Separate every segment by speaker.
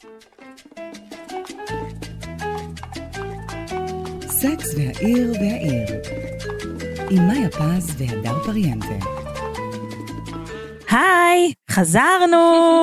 Speaker 1: סקס והעיר והעיר עם מאיה פז והדר פריאנטה.
Speaker 2: היי, חזרנו,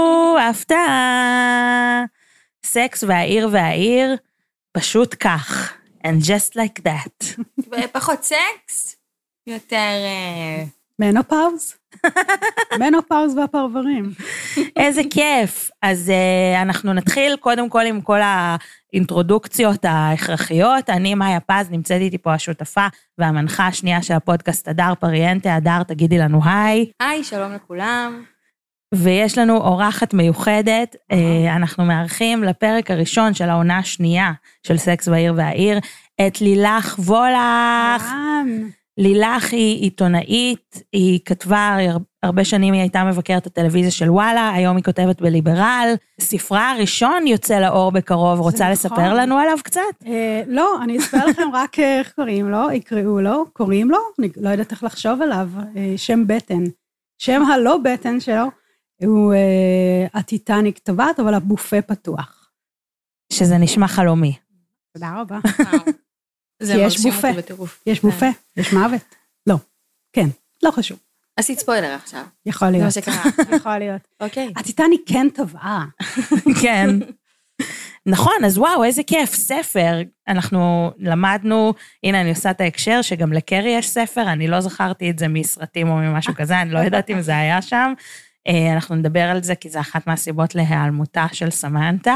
Speaker 2: הפתעה. סקס והעיר והעיר, פשוט כך. And just like that.
Speaker 3: פחות סקס, יותר...
Speaker 4: מנופאוז? מנופאוז והפרברים.
Speaker 2: איזה כיף. אז אנחנו נתחיל קודם כל עם כל האינטרודוקציות ההכרחיות. אני מאיה פז, נמצאת איתי פה השותפה והמנחה השנייה של הפודקאסט הדר פריאנטה. הדר, תגידי לנו היי.
Speaker 3: היי, שלום לכולם.
Speaker 2: ויש לנו אורחת מיוחדת, אנחנו מארחים לפרק הראשון של העונה השנייה של סקס והעיר והעיר, את לילך וולך. לילך היא עיתונאית, היא כתבה, הרבה שנים היא הייתה מבקרת הטלוויזיה של וואלה, היום היא כותבת בליברל, ספרה הראשון יוצא לאור בקרוב, רוצה לספר לנו עליו קצת?
Speaker 4: לא, אני אספר לכם רק איך קוראים לו, יקראו לו, קוראים לו, אני לא יודעת איך לחשוב עליו, שם בטן, שם הלא בטן שלו, הוא הטיטניק טבעת, אבל הבופה פתוח.
Speaker 2: שזה נשמע חלומי.
Speaker 4: תודה רבה.
Speaker 3: זה
Speaker 4: יש בופה, יש בופה, יש מוות. לא, כן, לא חשוב.
Speaker 3: עשית ספוילר עכשיו.
Speaker 4: יכול להיות.
Speaker 3: זה מה שקרה.
Speaker 4: יכול להיות.
Speaker 3: אוקיי.
Speaker 4: הטיטניק כן טבעה.
Speaker 2: כן. נכון, אז וואו, איזה כיף, ספר. אנחנו למדנו, הנה אני עושה את ההקשר, שגם לקרי יש ספר, אני לא זכרתי את זה מסרטים או ממשהו כזה, אני לא יודעת אם זה היה שם. אנחנו נדבר על זה, כי זה אחת מהסיבות להיעלמותה של סמנתה,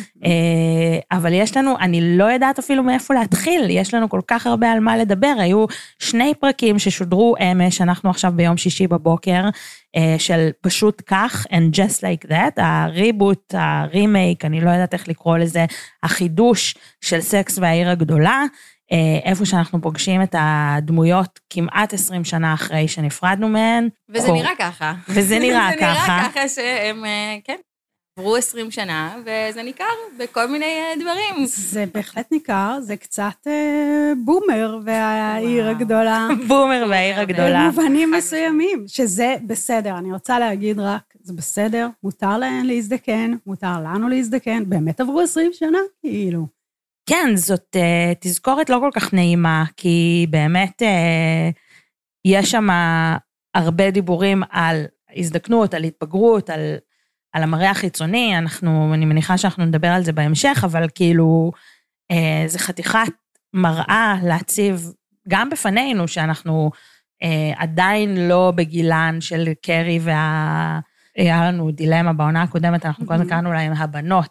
Speaker 2: אבל יש לנו, אני לא יודעת אפילו מאיפה להתחיל, יש לנו כל כך הרבה על מה לדבר, היו 2 פרקים ששודרו אמש, אנחנו עכשיו ביום שישי בבוקר, של פשוט כך, and just like that, הריבוט, הרימייק, אני לא יודעת איך לקרוא לזה, החידוש של סקס והעיר הגדולה, איפה שאנחנו פוגשים את הדמויות כמעט 20 שנה אחרי שנפרדנו מהן.
Speaker 3: וזה נראה ככה.
Speaker 2: וזה נראה ככה.
Speaker 3: זה נראה ככה שהם, כן, עברו 20 שנה, וזה ניכר בכל מיני דברים.
Speaker 4: זה בהחלט ניכר, זה קצת בומר והעיר הגדולה.
Speaker 2: בומר והעיר הגדולה.
Speaker 4: במובנים מסוימים, שזה בסדר, אני רוצה להגיד רק, זה בסדר, מותר להן להזדקן, מותר לנו להזדקן, באמת עברו 20 שנה, כאילו.
Speaker 2: כן, זאת תזכורת לא כל כך נעימה, כי באמת יש שם הרבה דיבורים על הזדקנות, על התבגרות, על המראה החיצוני, אני מניחה שאנחנו נדבר על זה בהמשך, אבל כאילו זה חתיכת מראה להציב גם בפנינו, שאנחנו עדיין לא בגילן של קרי היה לנו דילמה בעונה הקודמת, אנחנו קודם קראנו להם הבנות.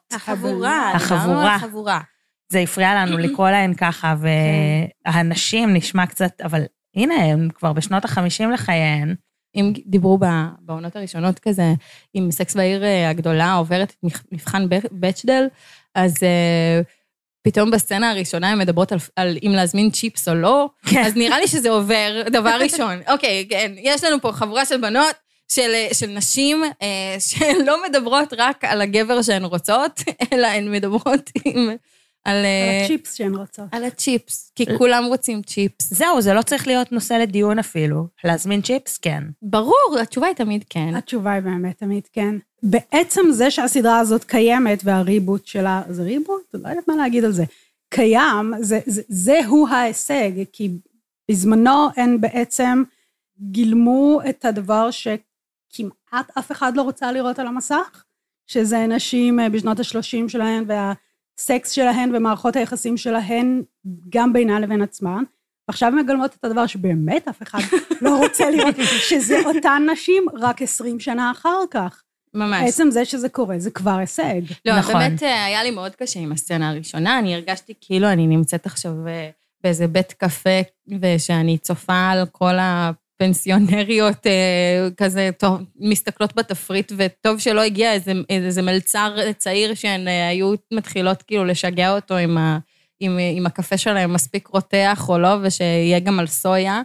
Speaker 2: החבורה. זה הפריע לנו לקרוא להן ככה, והנשים נשמע קצת, אבל הנה, הם כבר בשנות ה-50 לחייהן.
Speaker 3: אם דיברו בעונות הראשונות כזה, אם סקס והעיר הגדולה עוברת את מבחן בצ'דל, אז פתאום בסצנה הראשונה הן מדברות על אם להזמין צ'יפס או לא, אז נראה לי שזה עובר דבר ראשון. אוקיי, כן, יש לנו פה חבורה של בנות, של נשים שלא מדברות רק על הגבר שהן רוצות, אלא הן מדברות על
Speaker 4: הצ'יפס שהן רוצות.
Speaker 3: על הצ'יפס, כי כולם רוצים צ'יפס.
Speaker 2: זהו, זה לא צריך להיות נושא לדיון אפילו. להזמין צ'יפס, כן.
Speaker 3: ברור, התשובה היא תמיד כן.
Speaker 4: התשובה היא באמת תמיד כן. בעצם זה שהסדרה הזאת קיימת, והריבוט שלה, זה ריבוט? לא יודעת מה להגיד על זה. קיים, זהו ההישג, כי בזמנו הן בעצם גילמו את הדבר שכמעט אף אחד לא רוצה לראות על המסך, שזה נשים בשנות ה-30 שלהן, סקס שלהן ומערכות היחסים שלהן גם בינה לבין עצמן, ועכשיו הן מגלמות את הדבר שבאמת אף אחד לא רוצה לראות, שזה אותן נשים רק 20 שנה אחר כך.
Speaker 3: ממש.
Speaker 4: בעצם זה שזה קורה, זה כבר הישג.
Speaker 3: לא,
Speaker 2: נכון.
Speaker 3: באמת היה לי מאוד קשה עם הסצנה הראשונה, אני הרגשתי כאילו אני נמצאת עכשיו באיזה בית קפה, ושאני צופה על כל פנסיונריות כזה, טוב, מסתכלות בתפריט, וטוב שלא הגיע איזה מלצר צעיר שהן היו מתחילות כאילו לשגע אותו עם הקפה שלהם מספיק רותח או לא, ושיהיה גם על סויה.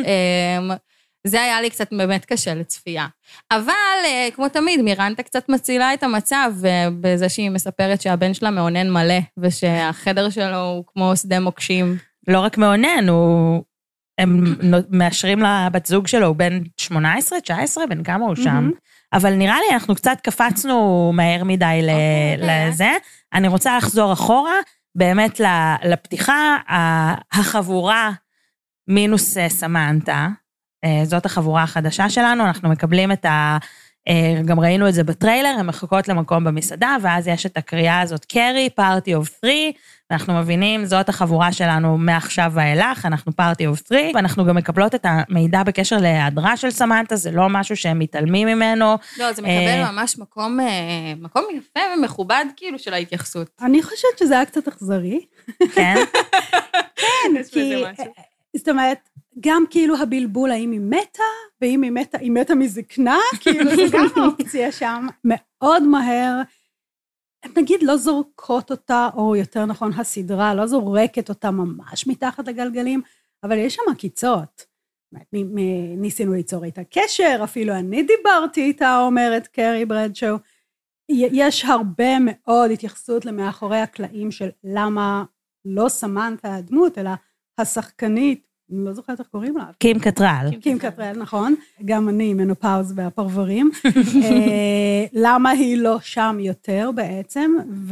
Speaker 3: זה היה לי קצת באמת קשה לצפייה. אבל, כמו תמיד, מירנטה קצת מצילה את המצב, בזה שהיא מספרת שהבן שלה מעונן מלא, ושהחדר שלו הוא כמו שדה מוקשים.
Speaker 2: לא רק מעונן, הוא הם מאשרים לבת זוג שלו, הוא בן 18, 19, בן כמה הוא שם. אבל נראה לי, אנחנו קצת קפצנו מהר מדי לזה. אני רוצה לחזור אחורה, באמת לפתיחה, החבורה מינוס סמנטה, זאת החבורה החדשה שלנו, אנחנו מקבלים את גם ראינו את זה בטריילר, הן מחכות למקום במסעדה, ואז יש את הקריאה הזאת, קרי, פארטי אוף 3, ואנחנו מבינים, זאת החבורה שלנו מעכשיו ואילך, אנחנו פארטי אוף 3, ואנחנו גם מקבלות את המידע בקשר להיעדרה של סמנטה, זה לא משהו שהם מתעלמים ממנו.
Speaker 3: לא, זה מקבל ממש מקום יפה ומכובד כאילו של ההתייחסות.
Speaker 4: אני חושבת שזה היה קצת אכזרי.
Speaker 2: כן?
Speaker 4: כן, כי, זאת אומרת, גם כאילו הבלבול, האם היא מתה, ואם היא מתה מזקנה, כאילו זה גם האופציה שם, מאוד מהר, נגיד לא זורקות אותה, או יותר נכון הסדרה, לא זורקת אותה ממש מתחת לגלגלים, אבל יש שם עקיצות. ניסינו ליצור איתה קשר, אפילו אני דיברתי איתה, אומרת קרי ברדשו, יש הרבה מאוד התייחסות למאחורי הקלעים של למה לא סמנטה הדמות, אלא השחקנית, אני לא זוכרת איך קוראים לה.
Speaker 2: קים קטרל.
Speaker 4: קים קטרל, נכון. גם אני, מנופאוז והפרברים. למה היא לא שם יותר בעצם,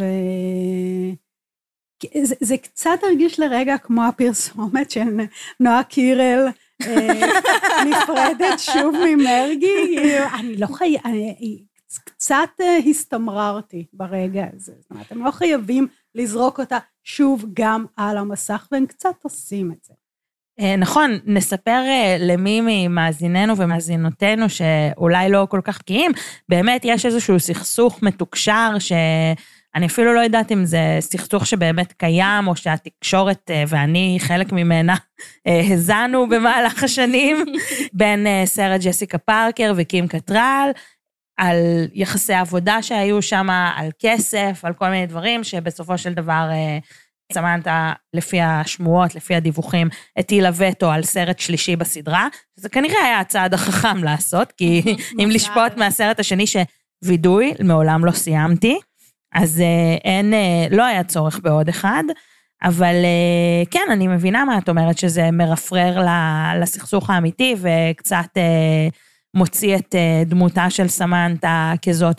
Speaker 4: זה קצת הרגיש לרגע כמו הפרסומת של נועה קירל, נפרדת שוב ממרגי. אני לא קצת הסתמררתי ברגע הזה. זאת אומרת, הם לא חייבים לזרוק אותה שוב גם על המסך, והם קצת עושים את זה.
Speaker 2: נכון, נספר למי ממאזיננו ומאזינותינו שאולי לא כל כך בקיאים, באמת יש איזשהו סכסוך מתוקשר שאני אפילו לא יודעת אם זה סכסוך שבאמת קיים, או שהתקשורת ואני חלק ממנה הזנו במהלך השנים, בין סרט ג'סיקה פארקר וקים קטרל, על יחסי עבודה שהיו שם, על כסף, על כל מיני דברים שבסופו של דבר סמנטה, לפי השמועות, לפי הדיווחים, הטילה וטו על סרט שלישי בסדרה, שזה כנראה היה הצעד החכם לעשות, כי אם לשפוט מהסרט השני שווידוי, מעולם לא סיימתי, אז לא היה צורך בעוד אחד, אבל כן, אני מבינה מה את אומרת, שזה מרפרר לסכסוך האמיתי, וקצת מוציא את דמותה של סמנטה כזאת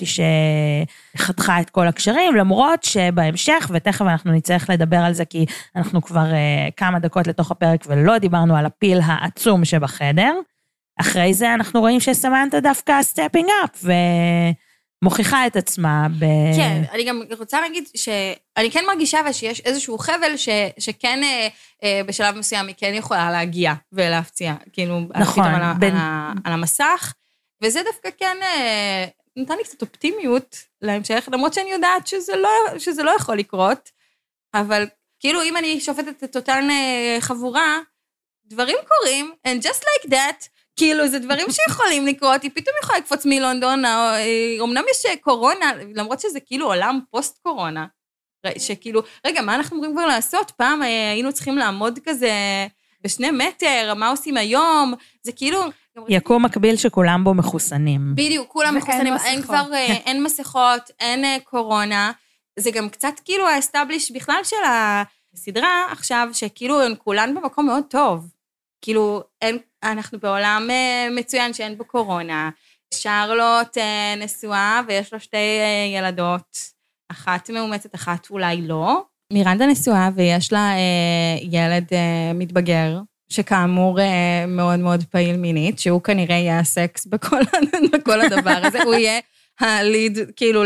Speaker 2: שחתכה את כל הקשרים, למרות שבהמשך, ותכף אנחנו נצטרך לדבר על זה, כי אנחנו כבר כמה דקות לתוך הפרק, ולא דיברנו על הפיל העצום שבחדר, אחרי זה אנחנו רואים שסמנטה דווקא סטפינג אפ, ומוכיחה את עצמה.
Speaker 3: כן, אני גם רוצה להגיד שאני כן מרגישה שיש איזשהו חבל שכן בשלב מסוים היא כן יכולה להגיע ולהפציע, כאילו,
Speaker 2: נכון,
Speaker 3: על המסך, וזה דווקא כן נתן לי קצת אופטימיות להמשך, למרות שאני יודעת שזה לא יכול לקרות, אבל כאילו אם אני שופטת את אותן חבורה, דברים קורים, and just like that, כאילו, זה דברים שיכולים לקרות, היא פתאום יכולה לקפוץ מלונדון, אמנם יש קורונה, למרות שזה כאילו עולם פוסט-קורונה, שכאילו, רגע, מה אנחנו אמורים כבר לעשות? פעם היינו צריכים לעמוד כזה ב2 מטר, מה עושים היום? זה כאילו...
Speaker 2: יקום מקביל שכולם בו מחוסנים.
Speaker 3: בדיוק, כולם מחוסנים, אין מסכות, אין קורונה, זה גם קצת כאילו האסטאבליש בכלל של הסדרה עכשיו, שכאילו הן כולן במקום מאוד טוב, כאילו אנחנו בעולם מצוין שאין בו קורונה, שרלוט נשואה ויש לו 2 ילדות, אחת מאומצת, אחת אולי לא, מירנדה נשואה ויש לה ילד מתבגר, שכאמור מאוד מאוד פעיל מינית, שהוא כנראה יהיה הסקס בכל הדבר הזה, הוא יהיה הליד כאילו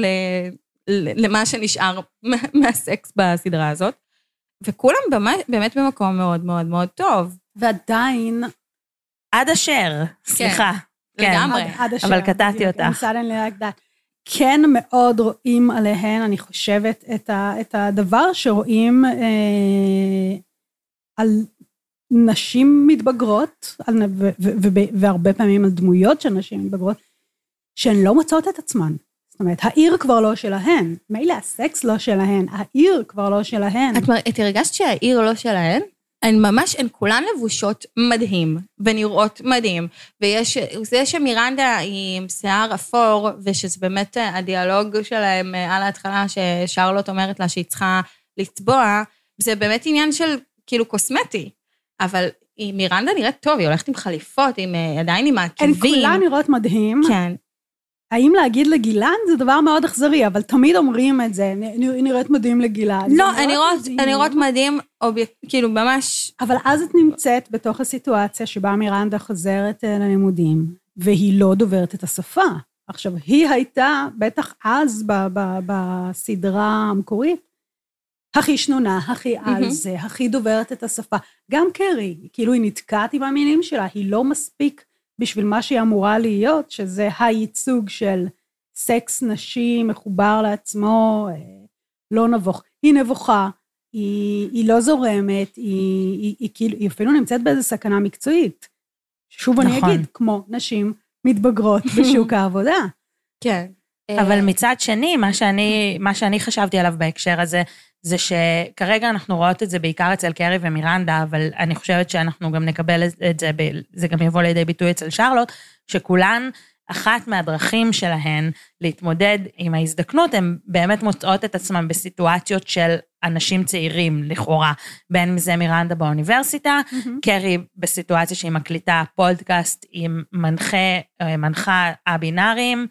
Speaker 3: למה שנשאר מהסקס בסדרה הזאת, וכולם באמת במקום מאוד מאוד מאוד טוב.
Speaker 4: ועדיין...
Speaker 2: עד אשר, סליחה.
Speaker 3: לגמרי.
Speaker 2: אבל קטעתי אותך.
Speaker 4: כן מאוד רואים עליהן, אני חושבת, את הדבר שרואים על נשים מתבגרות, והרבה פעמים על דמויות של נשים מתבגרות, שהן לא מוצאות את עצמן. זאת אומרת, העיר כבר לא שלהן, מילא הסקס לא שלהן, העיר כבר לא שלהן.
Speaker 3: את הרגשת שהעיר לא שלהן? הן כולן לבושות מדהים, ונראות מדהים, ויש, זה שמירנדה היא עם שיער אפור, ושזה באמת הדיאלוג שלהם על ההתחלה, ששרלוט אומרת לה שהיא צריכה לצבוע, זה באמת עניין של כאילו קוסמטי, אבל מירנדה נראית טוב, היא הולכת עם חליפות, עדיין עם העקבים.
Speaker 4: הן כולן נראות מדהים.
Speaker 3: כן.
Speaker 4: האם להגיד לגילן זה דבר מאוד אכזרי, אבל תמיד אומרים את זה, נראית מדהים לגילן.
Speaker 3: לא, הן נראות מדהים, כאילו ממש...
Speaker 4: אבל אז את נמצאת בתוך הסיטואציה שבה מירנדה חוזרת ללימודים, והיא לא דוברת את השפה. עכשיו, היא הייתה, בטח אז בסדרה המקורית, הכי שנונה, הכי על זה, הכי דוברת את השפה. גם קרי, כאילו היא נתקעת עם המילים שלה, היא לא מספיק בשביל מה שהיא אמורה להיות, שזה הייצוג של סקס נשי, מחובר לעצמו, לא נבוך. היא נבוכה, היא לא זורמת, היא אפילו נמצאת באיזו סכנה מקצועית. שוב אני אגיד, כמו נשים מתבגרות בשוק העבודה.
Speaker 3: כן.
Speaker 2: אבל מצד שני, מה שאני חשבתי עליו בהקשר הזה, זה שכרגע אנחנו רואות את זה בעיקר אצל קרי ומירנדה, אבל אני חושבת שאנחנו גם נקבל את זה, זה גם יבוא לידי ביטוי אצל שרלוט, שכולן, אחת מהדרכים שלהן להתמודד עם ההזדקנות, הן באמת מוצאות את עצמם בסיטואציות של אנשים צעירים, לכאורה, בין מזה מירנדה באוניברסיטה, קרי בסיטואציה שהיא מקליטה פודקאסט עם מנחה הבינארים,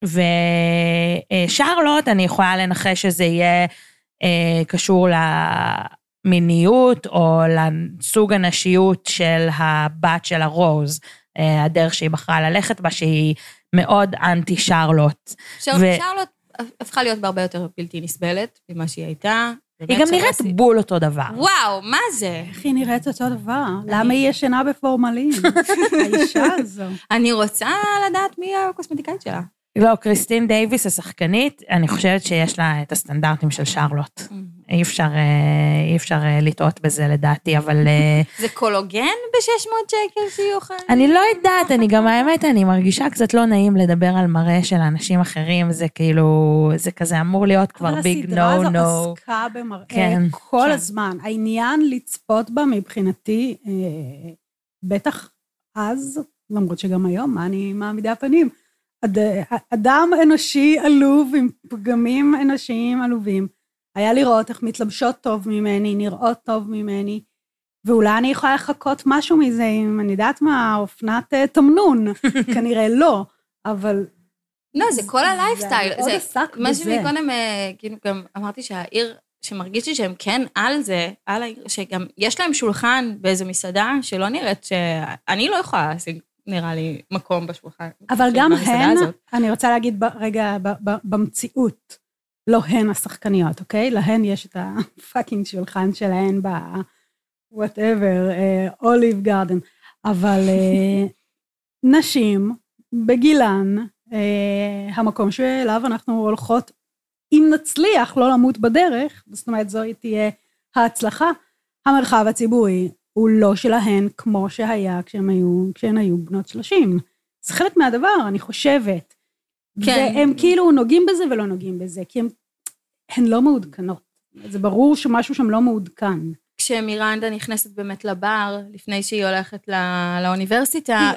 Speaker 2: ושרלוט, אני יכולה לנחש שזה יהיה קשור למיניות, או לסוג הנשיות של הבת של הרוז, הדרך שהיא בחרה ללכת בה, שהיא מאוד אנטי שרלוט.
Speaker 3: שרלוט הפכה להיות בהרבה יותר בלתי נסבלת, ממה שהיא הייתה.
Speaker 2: היא גם נראית בול אותו דבר.
Speaker 3: וואו, מה זה?
Speaker 4: איך היא נראית אותו דבר? למה היא ישנה בפורמלין? האישה הזו.
Speaker 3: אני רוצה לדעת מי הקוסמטיקאית שלה.
Speaker 2: לא, קריסטין דייביס, השחקנית, אני חושבת שיש לה את הסטנדרטים של שרלוט. אי אפשר לטעות בזה לדעתי, אבל...
Speaker 3: זה קולוגן ב-600 שקל שיוכל?
Speaker 2: אני לא יודעת, אני גם האמת, אני מרגישה קצת לא נעים לדבר על מראה של אנשים אחרים, זה כאילו, זה כזה אמור להיות כבר ביג נו נו.
Speaker 4: אבל הסדרה הזו עסקה במראה כל הזמן. העניין לצפות בה מבחינתי, בטח אז, למרות שגם היום, מה אני מעמידה פנים, אדם אנושי עלוב עם פגמים אנושיים עלובים, היה לראות איך מתלבשות טוב ממני, נראות טוב ממני, ואולי אני יכולה לחכות משהו מזה, אם אני יודעת מה, אופנת תמנון, כנראה לא, אבל...
Speaker 3: לא, זה כל הלייפסטייל,
Speaker 4: זה עוד עסק בזה.
Speaker 3: מה שמקודם, כאילו גם אמרתי שהעיר, שמרגיש לי שהם כן על זה, על העיר, שגם יש להם שולחן באיזו מסעדה, שלא נראית שאני לא יכולה להשיג, נראה לי מקום בשולחן.
Speaker 4: אבל גם הן, אני רוצה להגיד רגע במציאות, לא הן השחקניות, אוקיי? להן יש את הפאקינג שולחן שלהן whatever, אוליב גארדן, אבל נשים בגילן, המקום שאליו אנחנו הולכות, אם נצליח לא למות בדרך, זאת אומרת זו תהיה ההצלחה, המרחב הציבורי הוא לא שלהן כמו שהיה כשהן היו בנות 30. זה חלק מהדבר, אני חושבת. כן. והם כאילו נוגעים בזה ולא נוגעים בזה, כי הן לא מעודכנות. זה ברור שמשהו שם לא מעודכן.
Speaker 3: כשמירנדה נכנסת באמת לבר, לפני שהיא הולכת לאוניברסיטה,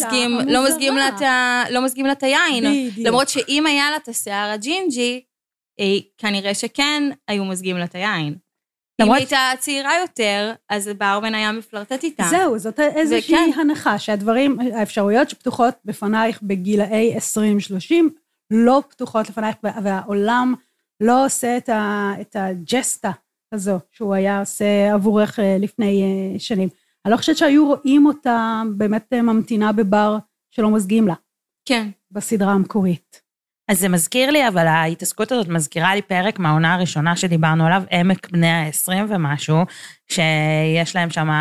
Speaker 3: לא מזגים לה את היין. למרות שאם היה לה את השיער הג'ינג'י, כנראה שכן היו מזגים לה את היין. אם הייתה צעירה יותר, אז ברמן היה מפלרטט איתה.
Speaker 4: זהו, זאת איזושהי הנחה, שהדברים, האפשרויות שפתוחות בפנייך בגילאי 20-30, לא פתוחות לפנייך, והעולם לא עושה את הג'סטה הזו, שהוא היה עושה עבורך לפני שנים. אני לא חושבת שהיו רואים אותה באמת ממתינה בבר שלא מזגים לה.
Speaker 3: כן.
Speaker 4: בסדרה המקורית.
Speaker 2: אז זה מזכיר לי, אבל ההתעסקות הזאת מזכירה לי פרק מהעונה הראשונה שדיברנו עליו, עמק בני ה-20 ומשהו, שיש להם שם,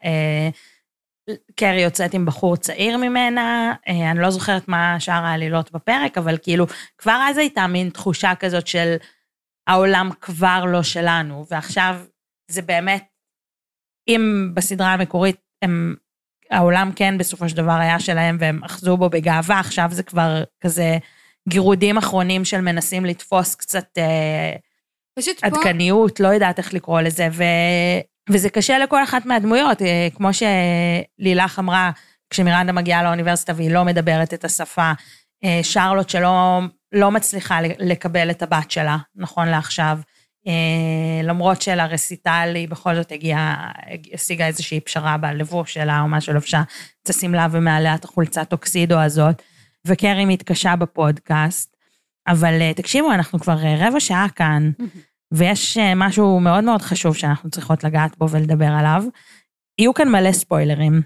Speaker 2: קרי יוצאת עם בחור צעיר ממנה, אני לא זוכרת מה שאר העלילות בפרק, אבל כאילו, כבר אז הייתה מין תחושה כזאת של, העולם כבר לא שלנו, ועכשיו זה באמת, אם בסדרה המקורית, העולם כן בסופו של דבר היה שלהם, והם אחזו בו בגאווה, עכשיו זה כבר כזה, גירודים אחרונים של מנסים לתפוס קצת עדכניות, לא יודעת איך לקרוא לזה, וזה קשה לכל אחת מהדמויות, כמו שלילך אמרה, כשמירנדה מגיעה לאוניברסיטה והיא לא מדברת את השפה, שרלוט שלא מצליחה לקבל את הבת שלה, נכון לעכשיו, למרות שלרסיטל היא בכל זאת השיגה איזושהי פשרה בלבוש שלה, או מה שלבשה את השמלה ומעליה את החולצת אוקסידו הזאת, וקרי מתקשה בפודקאסט, אבל תקשיבו, אנחנו כבר רבע שעה כאן, ויש משהו מאוד מאוד חשוב שאנחנו צריכות לגעת בו ולדבר עליו. יהיו כאן מלא ספוילרים,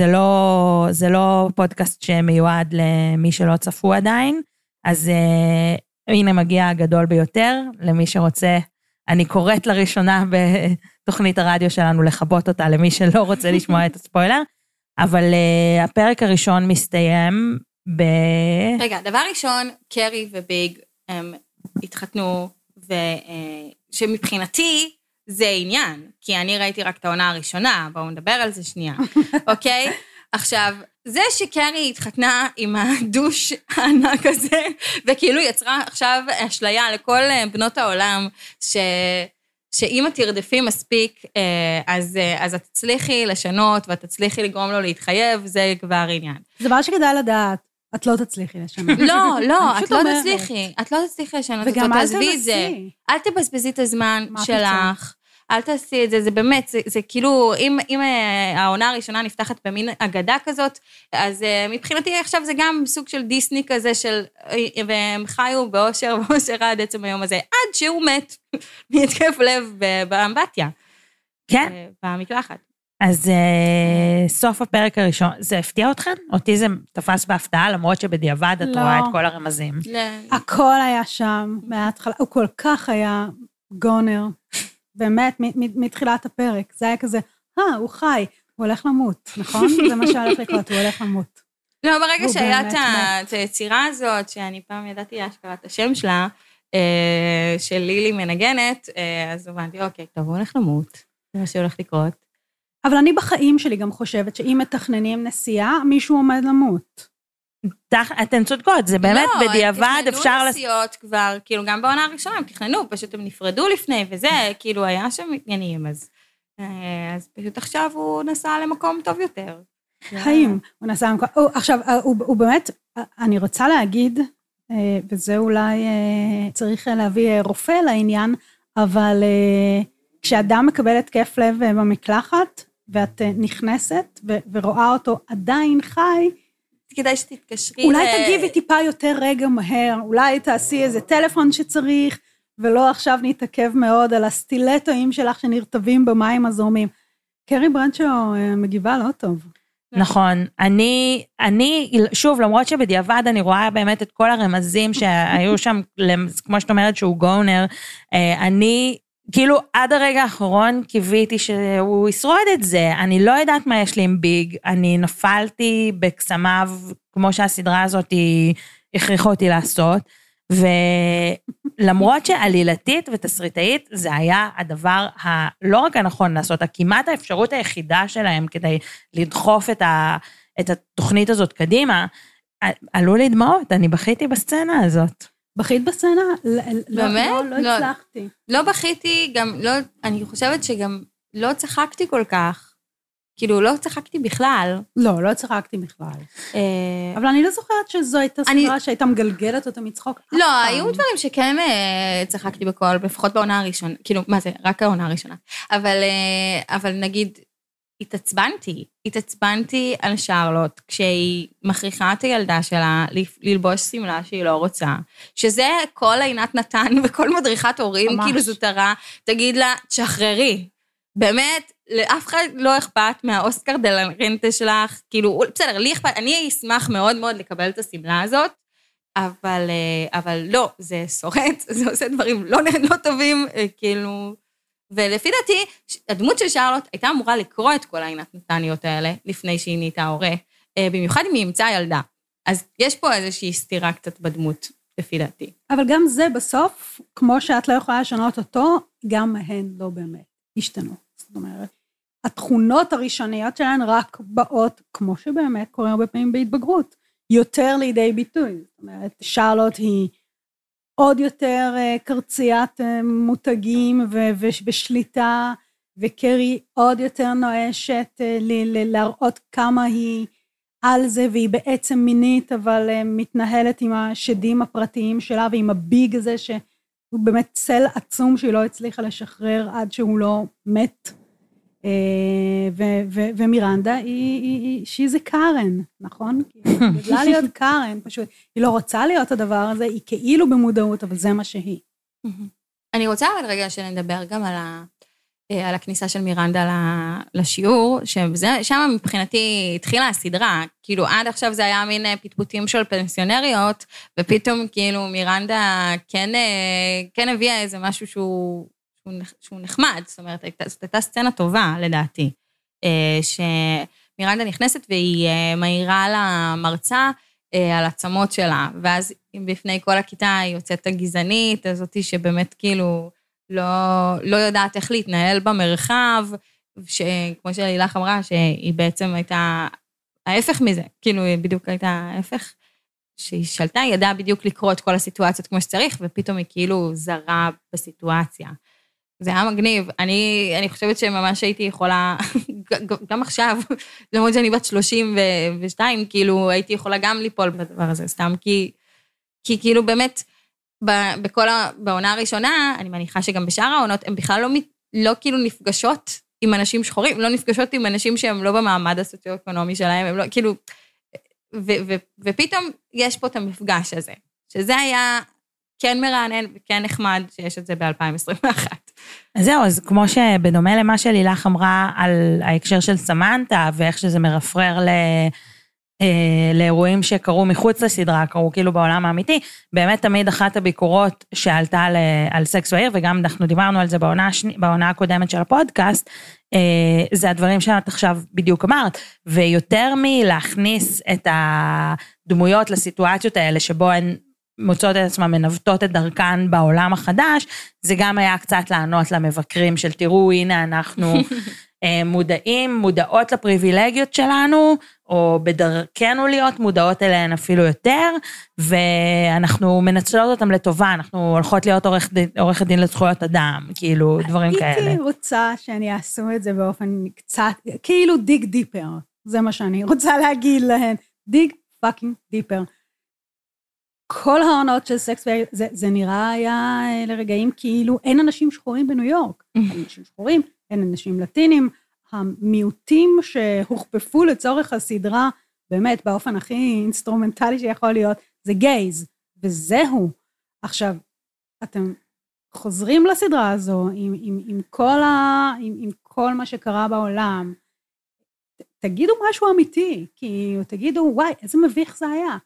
Speaker 2: זה לא פודקאסט שמיועד למי שלא צפו עדיין, אז הנה מגיע הגדול ביותר, למי שרוצה, אני קוראת לראשונה בתוכנית הרדיו שלנו לחבות אותה, למי שלא רוצה לשמוע את הספוילר, אבל הפרק הראשון מסתיים
Speaker 3: רגע, דבר ראשון, קרי וביג הם התחתנו, שמבחינתי זה עניין, כי אני ראיתי רק את העונה הראשונה, בואו נדבר על זה שנייה, אוקיי? עכשיו, זה שקרי התחתנה עם הדוש הענק הזה, וכאילו יצרה עכשיו אשליה לכל בנות העולם, שאם את תרדפי מספיק, אז את תצליחי לשנות, ואת תצליחי לגרום לו להתחייב, זה כבר עניין.
Speaker 4: זה דבר שכדאי לדעת, את לא תצליחי לשנות.
Speaker 3: לא, את לא תצליחי, את לא תצליחי לשנות אותו, תעזבי את זה. אל תבזבזי את הזמן שלך, אל תעשי את זה, זה באמת, זה כאילו, אם העונה הראשונה נפתחת במין אגדה כזאת, אז מבחינתי עכשיו זה גם סוג של דיסני כזה, והם חיו באושר עד עצם היום הזה, עד שהוא מת מהתקף לב באמבטיה.
Speaker 2: כן.
Speaker 3: במקלחת.
Speaker 2: אז סוף הפרק הראשון, זה הפתיע אתכם? אותי זה תפס בהפתעה, למרות שבדיעבד את רואה את כל הרמזים.
Speaker 4: הכל היה שם מההתחלה, הוא כל כך היה גונר. באמת, מתחילת הפרק, זה היה כזה, הוא חי, הוא הולך למות, נכון? זה מה שהולך לקרות, הוא הולך למות.
Speaker 3: לא, ברגע שהיה את היצירה הזאת, שאני פעם ידעתי להשכרת השם שלה, של לילי מנגנת, אז הבנתי, אוקיי, טוב, הוא הולך למות, זה מה שהולך לקרות.
Speaker 4: אבל אני בחיים שלי גם חושבת שאם מתכננים נסיעה, מישהו עומד למות.
Speaker 2: אתן צודקות, זה באמת בדיעבד אפשר...
Speaker 3: הם תכננו נסיעות כבר, כאילו גם בעונה הראשונה הם תכננו, פשוט הם נפרדו לפני, וזה כאילו היה שם עניינים, אז פשוט עכשיו הוא נסע למקום טוב יותר.
Speaker 4: חיים, הוא נסע למקום... עכשיו, הוא באמת, אני רוצה להגיד, וזה אולי צריך להביא רופא לעניין, אבל כשאדם מקבל התקף לב במקלחת, ואת נכנסת ורואה אותו עדיין חי,
Speaker 3: כדאי שתתקשרי.
Speaker 4: אולי תגיבי טיפה יותר רגע מהר, אולי תעשי איזה טלפון שצריך, ולא עכשיו נתעכב מאוד על הסטילטואים שלך שנרטבים במים הזורמים. קרי ברנצ'ו מגיבה לא טוב.
Speaker 2: נכון, אני, שוב, למרות שבדיעבד אני רואה באמת את כל הרמזים שהיו שם, כמו שאת אומרת שהוא גונר, אני... כאילו עד הרגע האחרון קיוויתי שהוא ישרוד את זה, אני לא יודעת מה יש לי עם ביג, אני נפלתי בקסמיו, כמו שהסדרה הזאת הכריחה אותי לעשות, ולמרות שעלילתית ותסריטאית, זה היה הדבר הלא רק הנכון לעשות, כמעט האפשרות היחידה שלהם, כדי לדחוף את התוכנית הזאת קדימה, עלו לי דמעות, אני בכיתי בסצנה הזאת.
Speaker 4: בכית בסצנה?
Speaker 3: באמת?
Speaker 4: לא הצלחתי.
Speaker 3: לא בכיתי, גם לא, אני חושבת שגם לא צחקתי כל כך. כאילו, לא צחקתי בכלל.
Speaker 4: לא צחקתי בכלל. אבל אני לא זוכרת שזו הייתה סדרה שהייתה מגלגלת אותה מצחוק.
Speaker 3: לא, היו דברים שכן צחקתי בכל, לפחות בעונה הראשונה. כאילו, מה זה? רק העונה הראשונה. אבל נגיד, התעצבנתי על שרלוט, כשהיא מכריחה את הילדה שלה ללבוש סמלה שהיא לא רוצה, שזה כל עינת נתן וכל מדריכת הורים, כאילו זוטרה, תגיד לה, תשחררי. באמת, לאף אחד לא אכפת מהאוסקר דה רנטה שלך, כאילו, בסדר, לי אכפת, אני אשמח מאוד מאוד לקבל את הסמלה הזאת, אבל לא, זה סורט, זה עושה דברים לא טובים, כאילו... ולפי דעתי, הדמות של שרלוט הייתה אמורה לקרוא את כל העינת נתניות האלה, לפני שהיא נהייתה הורה, במיוחד אם היא ימצאה ילדה. אז יש פה איזושהי סתירה קצת בדמות, לפי דעתי.
Speaker 4: אבל גם זה בסוף, כמו שאת לא יכולה לשנות אותו, גם הן לא באמת השתנו. זאת אומרת, התכונות הראשוניות שלהן רק באות, כמו שבאמת קורה הרבה פעמים בהתבגרות, יותר לידי ביטוי. זאת אומרת, שרלוט היא... עוד יותר קרציית מותגים ושליטה, וקרי עוד יותר נואשת להראות כמה היא על זה, והיא בעצם מינית, אבל מתנהלת עם השדים הפרטיים שלה, ועם הביג הזה הוא באמת צל עצום שהיא לא הצליחה לשחרר עד שהוא לא מת, ומירנדה היא she's a Karen, נכון? היא גדלה להיות Karen, פשוט, היא לא רוצה להיות הדבר הזה, היא כאילו במודעות, אבל זה מה שהיא.
Speaker 3: אני רוצה אבל רגע שנדבר גם על הכניסה של מירנדה לשיעור, ששם מבחינתי התחילה הסדרה, כאילו עד עכשיו זה היה מין פטפוטים של פנסיונריות, ופתאום כאילו מירנדה כן הביאה איזה משהו שהוא נחמד, זאת אומרת, זאת הייתה סצנה טובה לדעתי, שמירנדה נכנסת והיא מהירה למרצה על עצמות שלה, ואז בפני כל הכיתה היא יוצאת הגזענית הזאת שבאמת כאילו לא יודעת איך להתנהל במרחב, שכמו שלילך אמרה, שהיא בעצם הייתה ההפך מזה, כאילו היא בדיוק הייתה ההפך, שהיא שלטה, היא ידעה בדיוק לקרוא את כל הסיטואציות כמו שצריך, ופתאום היא כאילו זרה בסיטואציה. זה היה מגניב, אני חושבת שממש הייתי יכולה, גם עכשיו, למרות שאני בת 32, כאילו הייתי יכולה גם ליפול בדבר הזה, סתם כי כאילו באמת, בעונה הראשונה, אני מניחה שגם בשאר העונות, הן בכלל לא כאילו נפגשות עם אנשים שחורים, לא נפגשות עם אנשים שהם לא במעמד הסוציו-אקונומי שלהם, הם לא, כאילו, ופתאום יש פה את המפגש הזה, שזה היה כן מרענן וכן נחמד שיש את זה ב-2021.
Speaker 2: אז זהו, אז כמו שבדומה למה שלילך אמרה על ההקשר של סמנטה, ואיך שזה מרפרר לאירועים שקרו מחוץ לסדרה, קרו כאילו בעולם האמיתי, באמת תמיד אחת הביקורות שעלתה על סקס ועיר, וגם אנחנו דיברנו על זה בעונה הקודמת של הפודקאסט, זה הדברים שאת עכשיו בדיוק אמרת, ויותר מלהכניס את הדמויות לסיטואציות האלה, שבו הן מוצאות את עצמם, מנווטות את דרכן בעולם החדש, זה גם היה קצת לענות למבקרים של תראו, הנה אנחנו מודעות לפריבילגיות שלנו, או בדרכנו להיות מודעות אליהן אפילו יותר, ואנחנו מנצלות אותם לטובה, אנחנו הולכות להיות עורכת דין לזכויות אדם, כאילו דברים כאלה.
Speaker 4: הייתי רוצה שאני אעשו את זה באופן קצת, כאילו דיג דיפר, זה מה שאני רוצה להגיד להן, דיג פאקינג דיפר. כל העונות של סקס, זה נראה היה לרגעים כאילו אין אנשים שחורים בניו יורק, אין אנשים שחורים, אין אנשים לטינים, המיעוטים שהוכפפו לצורך הסדרה, באמת באופן הכי אינסטרומנטלי שיכול להיות, זה גייז, וזהו. עכשיו, אתם חוזרים לסדרה הזו, עם כל מה שקרה בעולם, תגידו משהו אמיתי, כי תגידו, וואי, איזה מביך זה היה.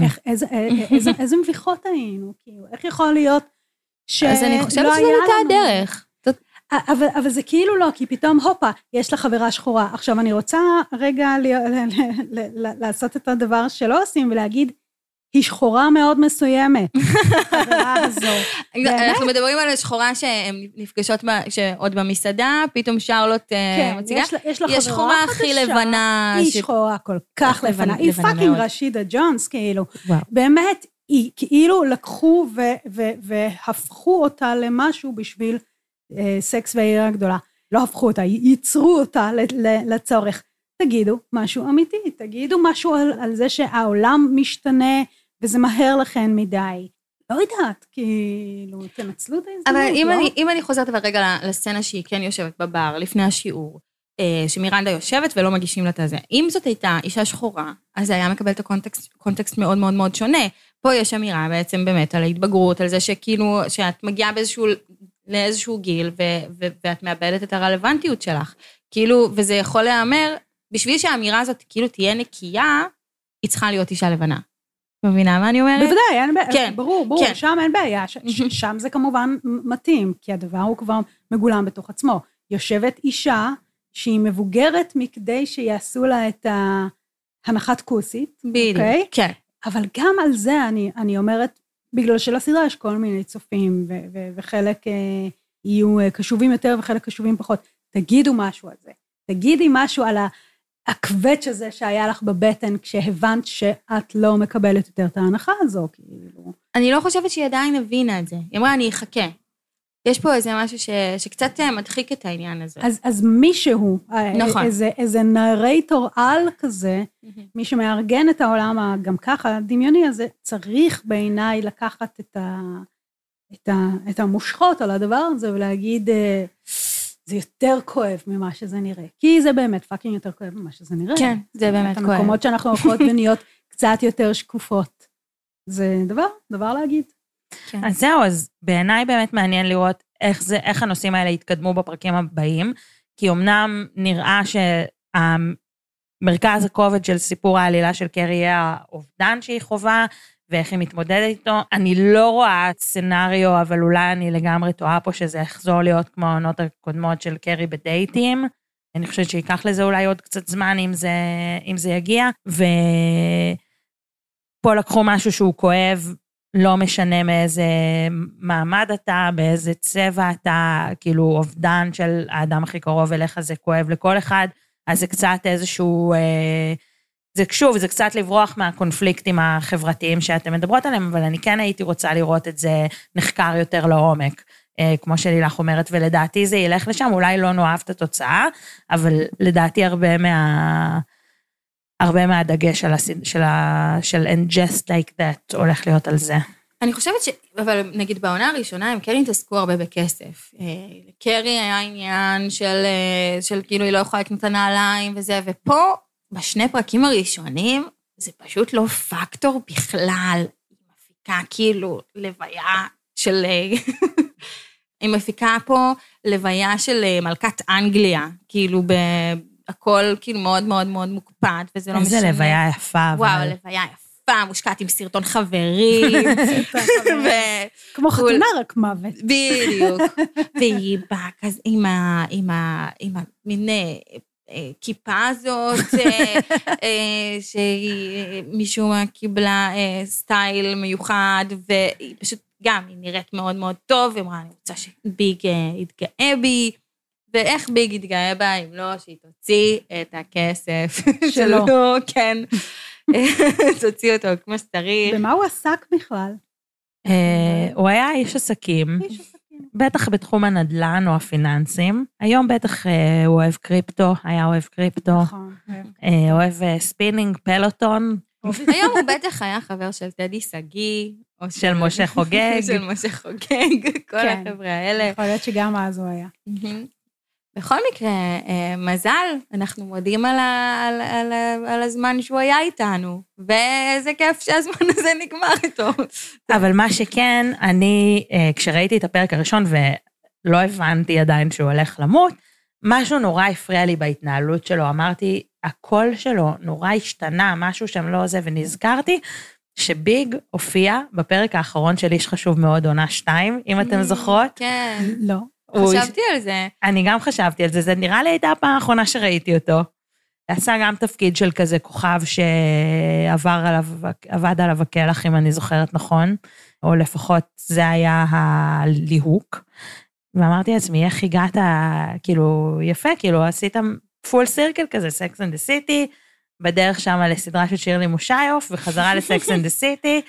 Speaker 4: איזה מביכות היינו, כאילו, איך יכול להיות
Speaker 3: אז אני חושבת שזו הייתה הדרך.
Speaker 4: אבל זה כאילו לא, כי פתאום, הופה, יש לה חברה שחורה. עכשיו, אני רוצה רגע לעשות את הדבר שלא עושים, ולהגיד, היא שחורה מאוד מסוימת, החברה הזו.
Speaker 3: אנחנו מדברים על שחורה שהן נפגשות עוד במסעדה, פתאום שרלוט מציגה. היא שחורה הכי לבנה.
Speaker 4: היא שחורה כל כך לבנה. היא פאקינג רשידה ג'ונס, כאילו. באמת, היא כאילו לקחו והפכו אותה למשהו בשביל סקס והעיר הגדולה. לא הפכו אותה, ייצרו אותה לצורך. תגידו משהו אמיתי, תגידו משהו על זה שהעולם משתנה, וזה מהר לכן מדי. לא יודעת, כאילו, תנצלו את ההזדמנות.
Speaker 3: אבל אם אני חוזרת רגע לסצנה שהיא כן יושבת בבר, לפני השיעור, שמירנדה יושבת ולא מגישים לה את זה. אם זאת הייתה אישה שחורה, אז זה היה מקבל את הקונטקסט מאוד מאוד מאוד שונה. פה יש אמירה בעצם באמת על ההתבגרות, על זה שכאילו, שאת מגיעה לאיזשהו גיל, ואת מאבדת את הרלוונטיות שלך. כאילו, וזה יכול להיאמר, בשביל שהאמירה הזאת כאילו תהיה נקייה, היא צריכה להיות אישה לבנה. מבינה מה אני אומרת?
Speaker 4: בוודאי, אין בעיה, כן, ברור, כן. שם אין בעיה, שם זה כמובן מתאים, כי הדבר הוא כבר מגולם בתוך עצמו. יושבת אישה שהיא מבוגרת מכדי שיעשו לה את הנחת כוסית, אוקיי?
Speaker 3: כן.
Speaker 4: אבל גם על זה אני אומרת, בגלל שלסדרה יש כל מיני צופים, וחלק יהיו קשובים יותר וחלק קשובים פחות. תגידו משהו על זה. תגידי משהו על הקווץ' הזה שהיה לך בבטן, כשהבנת שאת לא מקבלת יותר את ההנחה הזו, כאילו.
Speaker 3: אני לא חושבת שהיא עדיין הבינה את זה. היא אמרה, אני אחכה. יש פה איזה משהו שקצת מדחיק את העניין הזה.
Speaker 4: אז מישהו,
Speaker 3: נכון.
Speaker 4: איזה נרייטור על כזה, מי שמארגן את העולם גם ככה, הדמיוני הזה, צריך בעיניי לקחת את המושכות על הדבר הזה, ולהגיד, זה יותר כואב ממה שזה נראה. כי זה באמת פאקינג יותר כואב ממה שזה נראה.
Speaker 3: כן, זה באמת כואב.
Speaker 4: המקומות שאנחנו הולכות ונהיות קצת יותר שקופות. זה דבר להגיד.
Speaker 2: כן. אז זהו, אז בעיניי באמת מעניין לראות איך הנושאים האלה יתקדמו בפרקים הבאים, כי אמנם נראה שהמרכז הכובד של סיפור העלילה של קרי יהיה האובדן שהיא חובה, ואיך היא מתמודדת איתו. אני לא רואה סצנריו, אבל אולי אני לגמרי טועה פה שזה יחזור להיות כמו העונות הקודמות של קרי בדייטים. אני חושבת שיקח לזה אולי עוד קצת זמן אם זה יגיע, ופה לקחו משהו שהוא כואב, לא משנה מאיזה מעמד אתה, באיזה צבע אתה, כאילו אובדן של האדם הכי קרוב אליך, זה כואב לכל אחד, אז זה קצת איזשהו, זה קצת לברוח מהקונפליקטים החברתיים שאתם מדברות עליהם, אבל אני כן הייתי רוצה לראות את זה נחקר יותר לעומק, כמו שלילך אומרת, ולדעתי זה ילך לשם, אולי לא נאהב את התוצאה, אבל לדעתי הרבה מהדגש של And Just Like That הולך להיות על זה.
Speaker 3: אני חושבת אבל נגיד בעונה הראשונה, הם כן התעסקו הרבה בכסף. קרי היה עניין של כאילו היא לא יכולה לקנות את הנעליים וזה, ופה, בשני פרקים הראשונים, זה פשוט לא פקטור בכלל. היא מפיקה כאילו לוויה של... היא מפיקה פה לוויה של מלכת אנגליה, כאילו הכל כאילו מאוד מאוד מאוד מוקפד, וזה לא משנה.
Speaker 2: איזה לוויה יפה.
Speaker 3: וואו, לוויה יפה, מושקעת עם סרטון חברים.
Speaker 4: כמו חתונה רק מוות.
Speaker 3: בדיוק. והיא באה כזה עם המין כיפה הזאת, שמישהו קיבלה סטייל מיוחד, והיא פשוט גם, היא נראית מאוד מאוד טוב, היא אמרה, אני רוצה שביג יתגאה בי, ואיך ביג יתגאה בה, אם לא, שהיא תוציא את הכסף שלו, כן, תוציא אותו כמו שצריך.
Speaker 4: במה הוא עסק בכלל?
Speaker 2: הוא היה איש עסקים, בטח בתחום הנדל"ן או הפיננסים, היום בטח הוא אוהב קריפטו, היה אוהב קריפטו, אוהב ספינינג, פלוטון.
Speaker 3: היום הוא בטח היה חבר של טדי סגי, או
Speaker 2: של משה חוגג.
Speaker 3: של משה חוגג, כל החבר'ה האלה.
Speaker 4: יכול להיות שגם אז הוא היה.
Speaker 3: בכל מקרה, מזל, אנחנו מודים על הזמן שהוא היה איתנו, ואיזה כיף שהזמן הזה נגמר איתו.
Speaker 2: אבל מה שכן, אני, כשראיתי את הפרק הראשון, ולא הבנתי עדיין שהוא הולך למות, משהו נורא הפריע לי בהתנהלות שלו, אמרתי, הקול שלו נורא השתנה, משהו שם לא עוזב, ונזכרתי שביג הופיע בפרק האחרון של איש חשוב מאוד, עונה 2, אם אתם זוכרות.
Speaker 3: כן.
Speaker 4: לא.
Speaker 3: חשבתי על זה.
Speaker 2: אני גם חשבתי על זה, זה נראה לי הייתה הפעם האחרונה שראיתי אותו. עשה גם תפקיד של כזה כוכב שעבד עליו הכלח, אם אני זוכרת נכון, או לפחות זה היה הליהוק. ואמרתי לעצמי, איך הגעת, כאילו, יפה, כאילו, עשיתם פול סירקל כזה, סקס אנד דה סיטי, בדרך שם לסדרה של שירלי מושיוף, וחזרה לסקס אנד דה סיטי,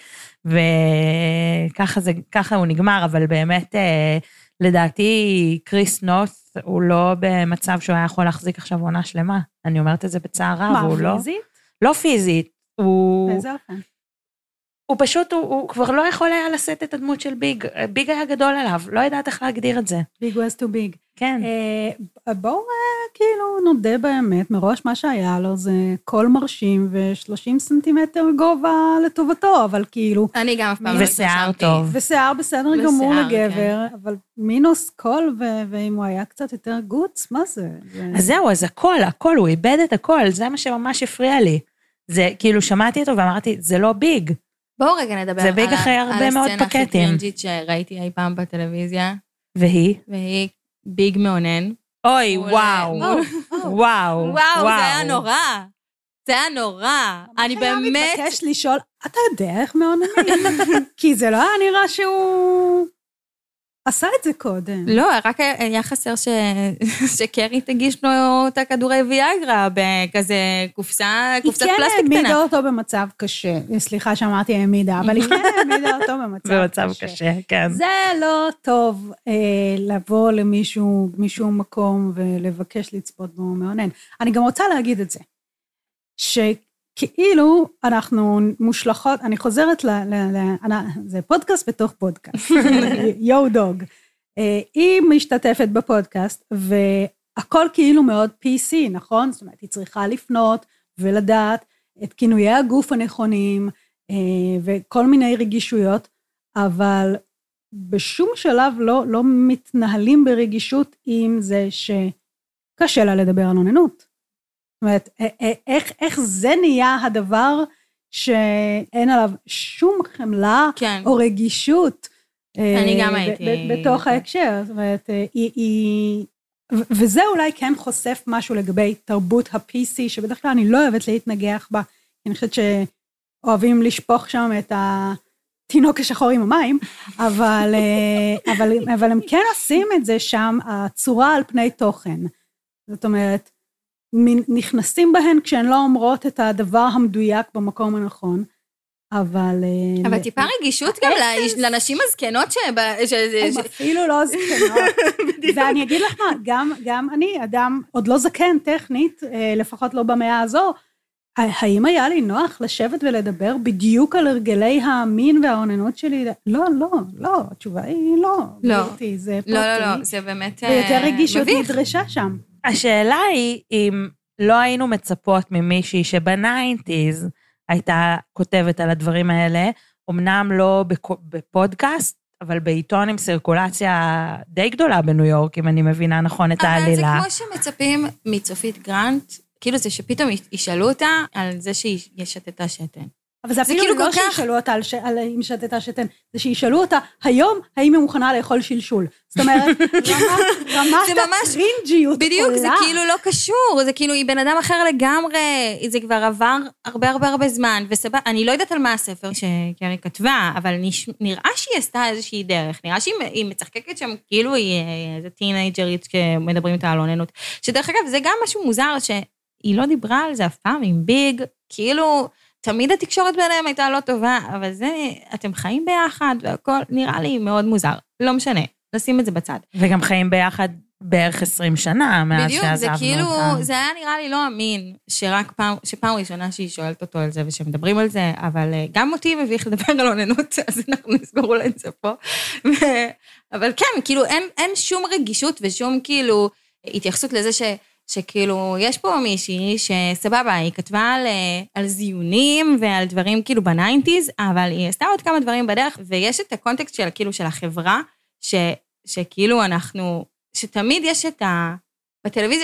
Speaker 2: וככה הוא נגמר, אבל באמת, לדעתי, קריס נוס, הוא לא במצב שהוא היה יכול להחזיק עכשיו עונה שלמה. אני אומרת את זה בצער רב, הוא לא...
Speaker 4: מה, פיזית?
Speaker 2: לא פיזית, הוא...
Speaker 4: באיזה אופן?
Speaker 2: הוא פשוט, הוא כבר לא יכול היה לשאת את הדמות של ביג. ביג היה גדול עליו, לא יודעת איך להגדיר את זה.
Speaker 4: ביג was too big.
Speaker 2: כן.
Speaker 4: בואו כאילו נודה באמת, מראש מה שהיה לו זה קול מרשים ו30 סנטימטר גובה לטובתו, אבל כאילו...
Speaker 3: אני גם אף פעם לא
Speaker 2: ושיער טוב.
Speaker 4: ושיער בסדר גמור לגבר, אבל מינוס קול, ואם הוא היה קצת יותר גוץ, מה זה?
Speaker 2: אז זהו, אז הכל, הוא איבד את הכל, זה מה שממש הפריע לי. זה כאילו שמעתי אותו ואמרתי, זה לא ביג.
Speaker 3: בואו רגע נדבר על הסצנה הכי קרינג'ית שראיתי אי פעם בטלוויזיה.
Speaker 2: והיא?
Speaker 3: והיא ביג מאונן.
Speaker 2: אוי, וואו. וואו.
Speaker 3: וואו, זה היה נורא. זה היה נורא. אני באמת...
Speaker 4: היה מתבקש לשאול, אתה יודע איך מאוננים? כי זה לא היה נראה שהוא... עשה את זה קודם.
Speaker 3: לא, רק היה חסר שקרי תגיש לו את הכדורי ויאגרה בכזה קופסת פלסטיק קטנה.
Speaker 4: היא כן העמידה אותו במצב קשה. סליחה שאמרתי העמידה, אבל היא כן העמידה אותו במצב
Speaker 2: קשה, כן.
Speaker 4: זה לא טוב לבוא למישהו מקום ולבקש לצפות בו מאונן. אני גם רוצה להגיד את זה, כאילו אנחנו מושלכות, אני חוזרת זה פודקאסט בתוך פודקאסט, יו דוג. היא משתתפת בפודקאסט, והכל כאילו מאוד PC, נכון? זאת אומרת, היא צריכה לפנות ולדעת את כינויי הגוף הנכונים, וכל מיני רגישויות, אבל בשום שלב לא מתנהלים ברגישות עם זה שקשה לה לדבר על אוננות. זאת אומרת, איך זה נהיה הדבר שאין עליו שום חמלה
Speaker 3: כן.
Speaker 4: או רגישות.
Speaker 3: אני גם הייתי.
Speaker 4: בתוך ההקשר. זאת אומרת, וזה אולי כן חושף משהו לגבי תרבות ה-PC, שבדרך כלל אני לא אוהבת להתנגח בה, אני חושבת שאוהבים לשפוך שם את התינוק השחור עם המים, אבל הם כן עושים את זה שם, הצורה על פני תוכן. זאת אומרת, נכנסים בהן כשהן לא אומרות את הדבר המדויק במקום הנכון, אבל
Speaker 3: טיפה רגישות גם לנשים הזקנות
Speaker 4: הם אפילו לא זקנות. ואני אגיד לך מה, גם אני, אדם עוד לא זקן טכנית, לפחות לא במאה הזו, האם היה לי נוח לשבת ולדבר בדיוק על הרגלי המין והאוננות שלי? לא, התשובה היא לא. זה
Speaker 3: לא, זה באמת
Speaker 4: ויותר רגישות נדרשה שם.
Speaker 2: השאלה היא, אם לא היינו מצפות ממישהי שבניינטיז הייתה כותבת על הדברים האלה, אמנם לא בפודקאסט, אבל בעיתון עם סירקולציה די גדולה בניו יורק, אם אני מבינה נכון את העלילה.
Speaker 3: אבל זה כמו שמצפים מצופית גרנט, כאילו זה שפתאום ישאלו אותה על זה שהיא שתתה שתן.
Speaker 4: אבל זה אפילו לא שישאלו אותה על אם שתתה שתן, זה שישאלו אותה היום, האם היא מוכנה לאכול שלשול. זאת אומרת, רמת הרינג'יות עולה.
Speaker 3: בדיוק, זה כאילו לא קשור, זה כאילו היא בן אדם אחר לגמרי, זה כבר עבר הרבה זמן, וסבבה, אני לא יודעת על מה הספר שקרי כתבה, אבל נראה שהיא עשתה איזושהי דרך, נראה שהיא מצחקקת שם, כאילו היא איזה טינאג'רית שמדברים איתה על אוננות, שדרך אגב, זה גם משהו מוזר, שהיא לא דיברה על זה אף פעם, עם ביג, כאילו תמיד התקשורת ביניהם הייתה לא טובה, אבל זה, אתם חיים ביחד, והכל נראה לי מאוד מוזר. לא משנה, נשים את זה בצד.
Speaker 2: וגם חיים ביחד בערך 20 שנה, מאז שעזבנו אותם.
Speaker 3: בדיוק, זה כאילו, זה היה נראה לי לא אמין, שפעם ראשונה שהיא שואלת אותו על זה, ושמדברים על זה, אבל גם אותי מביך לדבר על אוננות, אז אנחנו נסגור אולי את זה פה. אבל כן, כאילו, אין שום רגישות, ושום כאילו, התייחסות לזה שכאילו, יש פה מישהי שסבבה, היא כתבה על זיונים ועל דברים כאילו בניינטיז, אבל היא עשתה עוד כמה דברים בדרך, ויש את הקונטקסט של כאילו של החברה, שכאילו אנחנו, שתמיד יש את בטלוויזיה,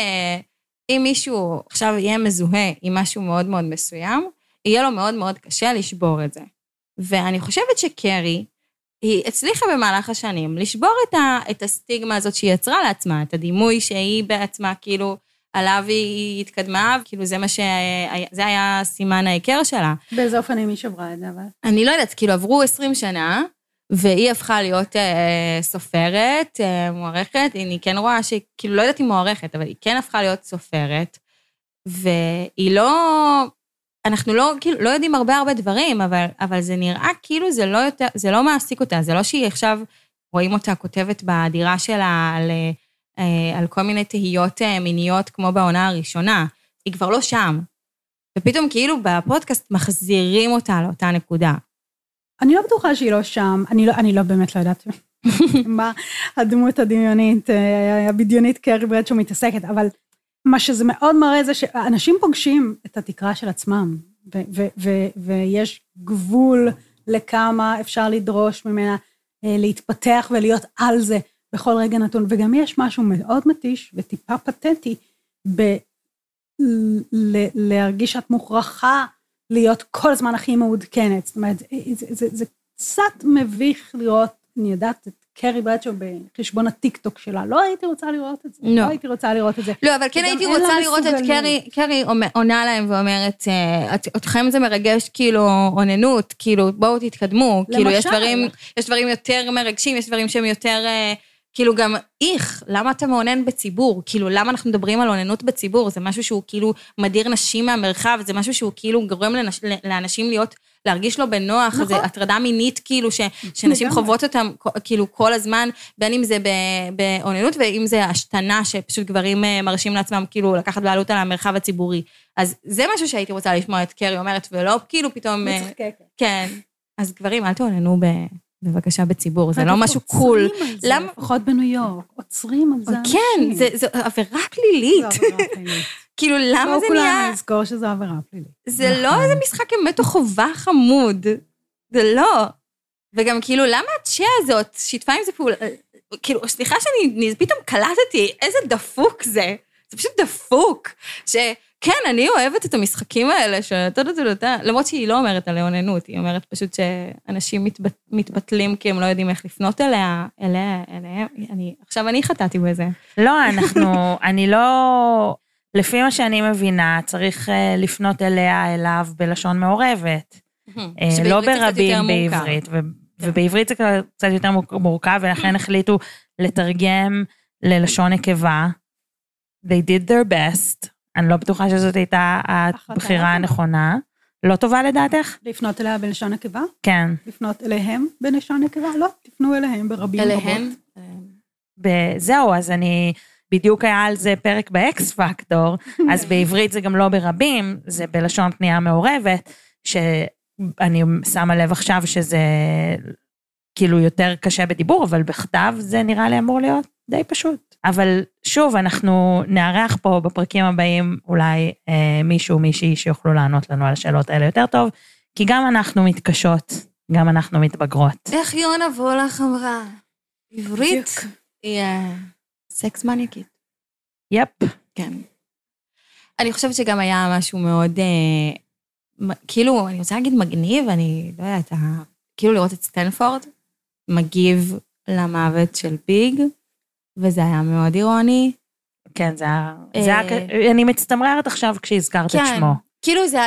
Speaker 3: אם מישהו עכשיו יהיה מזוהה עם משהו מאוד מאוד מסוים, יהיה לו מאוד מאוד קשה לשבור את זה. ואני חושבת שקרי, היא הצליחה במהלך השנים לשבור את הסטיגמה הזאת שהיא יצרה לעצמה, את הדימוי שהיא בעצמה, כאילו, עליו היא התקדמה, כאילו זה זה היה סימן ההיכר שלה.
Speaker 4: באיזה אופנים היא שברה את זה, אבל?
Speaker 3: אני לא יודעת, כאילו עברו 20 שנה, והיא הפכה להיות סופרת, מוערכת, אני כן רואה שכאילו לא יודעת אם מוערכת, אבל היא כן הפכה להיות סופרת, והיא לא... אנחנו לא יודעים הרבה דברים, אבל זה נראה כאילו זה לא מעסיק אותה, זה לא שהיא עכשיו רואים אותה כותבת בדירה שלה על כל מיני תהיות מיניות כמו בעונה הראשונה, היא כבר לא שם. ופתאום כאילו בפודקאסט מחזירים אותה לאותה נקודה.
Speaker 4: אני לא בטוחה שהיא לא שם, אני לא באמת לא יודעת מה הדמות הדמיונית, הבדיונית קרי ברדשו מתעסקת, אבל מה שזה מאוד מראה זה שאנשים פוגשים את התקרה של עצמם, ויש גבול לכמה אפשר לדרוש ממנה להתפתח ולהיות על זה בכל רגע נתון, וגם יש משהו מאוד מתיש וטיפה פתטי להרגיש שאת מוכרחה להיות כל הזמן הכי מעודכנת. זאת אומרת, זה קצת מביך לראות, אני יודעת, את קרי ברדשו בחשבון הטיק-טוק שלה, לא הייתי רוצה לראות את זה, לא הייתי רוצה לראות את זה.
Speaker 3: לא, אבל כן הייתי רוצה לראות את קרי עונה להם ואומרת, אתכם זה מרגש כאילו אוננות, כאילו בואו תתקדמו, כאילו יש דברים יותר מרגשים, יש דברים שהם יותר, כאילו גם למה אתה מעונן בציבור, כאילו למה אנחנו מדברים על אוננות בציבור, זה משהו שהוא כאילו מדיר נשים מהמרחב, זה משהו שהוא כאילו גורם לאנשים להיות להרגיש לו בנוח,
Speaker 4: נכון.
Speaker 3: זה הטרדה מינית כאילו, שנשים חוות אותם כאילו כל הזמן, בין אם זה באוננות, ואם זה השתנה, שפשוט גברים מרשים לעצמם כאילו לקחת בעלות על המרחב הציבורי. אז זה משהו שהייתי רוצה לשמוע את קרי אומרת, ולא כאילו פתאום...
Speaker 4: מצחקקת.
Speaker 3: כן. אז גברים, אל תאוננו בבקשה בציבור, זה לא משהו קול.
Speaker 4: למה? לפחות בניו יורק, עוצרים על זה אנשים.
Speaker 3: כן, זה עבירה פלילית.
Speaker 4: זה עבירה פלילית.
Speaker 3: כאילו, למה זה נהיה...
Speaker 4: לא כולם לזכור שזה עבירה פלילית.
Speaker 3: זה לא איזה משחק אמת או חובה חמוד. זה לא. וגם כאילו, למה הצ'ה הזאת שיתפה עם זה פעולה? כאילו, סליחה שאני פתאום קלטתי, איזה דפוק זה. זה פשוט דפוק. שכן, אני אוהבת את המשחקים האלה, למרות שהיא לא אומרת על אוננות, היא אומרת פשוט שאנשים מתבטלים כי הם לא יודעים איך לפנות אליה, עכשיו אני חטאתי בזה.
Speaker 2: לא, אני לא... לפי מה שאני מבינה, צריך לפנות אליה, אליו, בלשון מעורבת. לא ברבים בעברית, ובעברית זה קצת יותר מורכב, ולכן החליטו לתרגם ללשון נקבה. They did their best. אני לא בטוחה שזאת הייתה הבחירה הנכונה. לא טובה לדעתך?
Speaker 4: לפנות אליה בלשון נקבה?
Speaker 2: כן.
Speaker 4: לפנות אליהם בלשון נקבה? לא, תפנו אליהם ברבים רבות.
Speaker 3: אליהם?
Speaker 2: זהו, אז בדיוק היה על זה פרק באקס פקטור, אז בעברית זה גם לא ברבים, זה בלשון פנייה מעורבת, שאני שמה לב עכשיו שזה כאילו יותר קשה בדיבור, אבל בכתב זה נראה לי אמור להיות די פשוט. אבל שוב, אנחנו נערך פה בפרקים הבאים אולי מישהי שיוכלו לענות לנו על השאלות האלה יותר טוב, כי גם אנחנו מתקשות, גם אנחנו מתבגרות.
Speaker 3: איך יונה וולך אמרה? עברית היא סקס מניאקית.
Speaker 2: יפ.
Speaker 3: כן. אני חושבת שגם היה משהו מאוד, כאילו, אני רוצה להגיד מגניב, אני לא יודעת, כאילו לראות את סטנפורד, מגיב למוות של ביג, וזה היה מאוד אירוני.
Speaker 2: כן, זה היה, אני מצטמררת עכשיו כשהזכרת את שמו.
Speaker 3: כאילו זה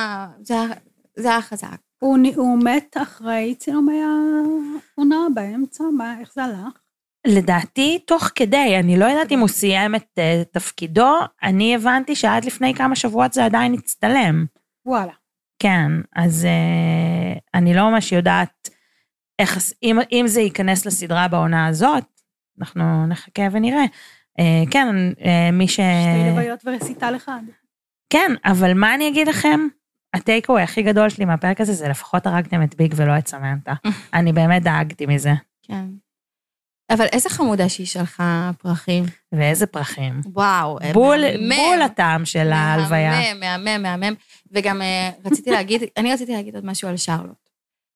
Speaker 3: היה חזק.
Speaker 4: הוא מת אחרי צילומי העונה באמצע, איך זה הלך?
Speaker 2: לדעתי, תוך כדי, אני לא יודעת אם הוא סיים את תפקידו, אני הבנתי שעד לפני כמה שבועות זה עדיין הצטלם.
Speaker 4: וואלה.
Speaker 2: כן, אז אני לא ממש יודעת איך, אם זה ייכנס לסדרה בעונה הזאת, אנחנו נחכה ונראה. כן, מי ש...
Speaker 4: שתי לוויות ורסיטל אחד.
Speaker 2: כן, אבל מה אני אגיד לכם? הטייקווי הכי גדול שלי מהפרק הזה, זה לפחות הרגתם את ביג ולא את סמנטה. אני באמת דאגתי מזה.
Speaker 3: כן. אבל איזה חמודה שהיא שלחה פרחים.
Speaker 2: ואיזה פרחים.
Speaker 3: וואו.
Speaker 2: בול הטעם של ההלוויה.
Speaker 3: מהמם. וגם רציתי להגיד עוד משהו על שרלוט.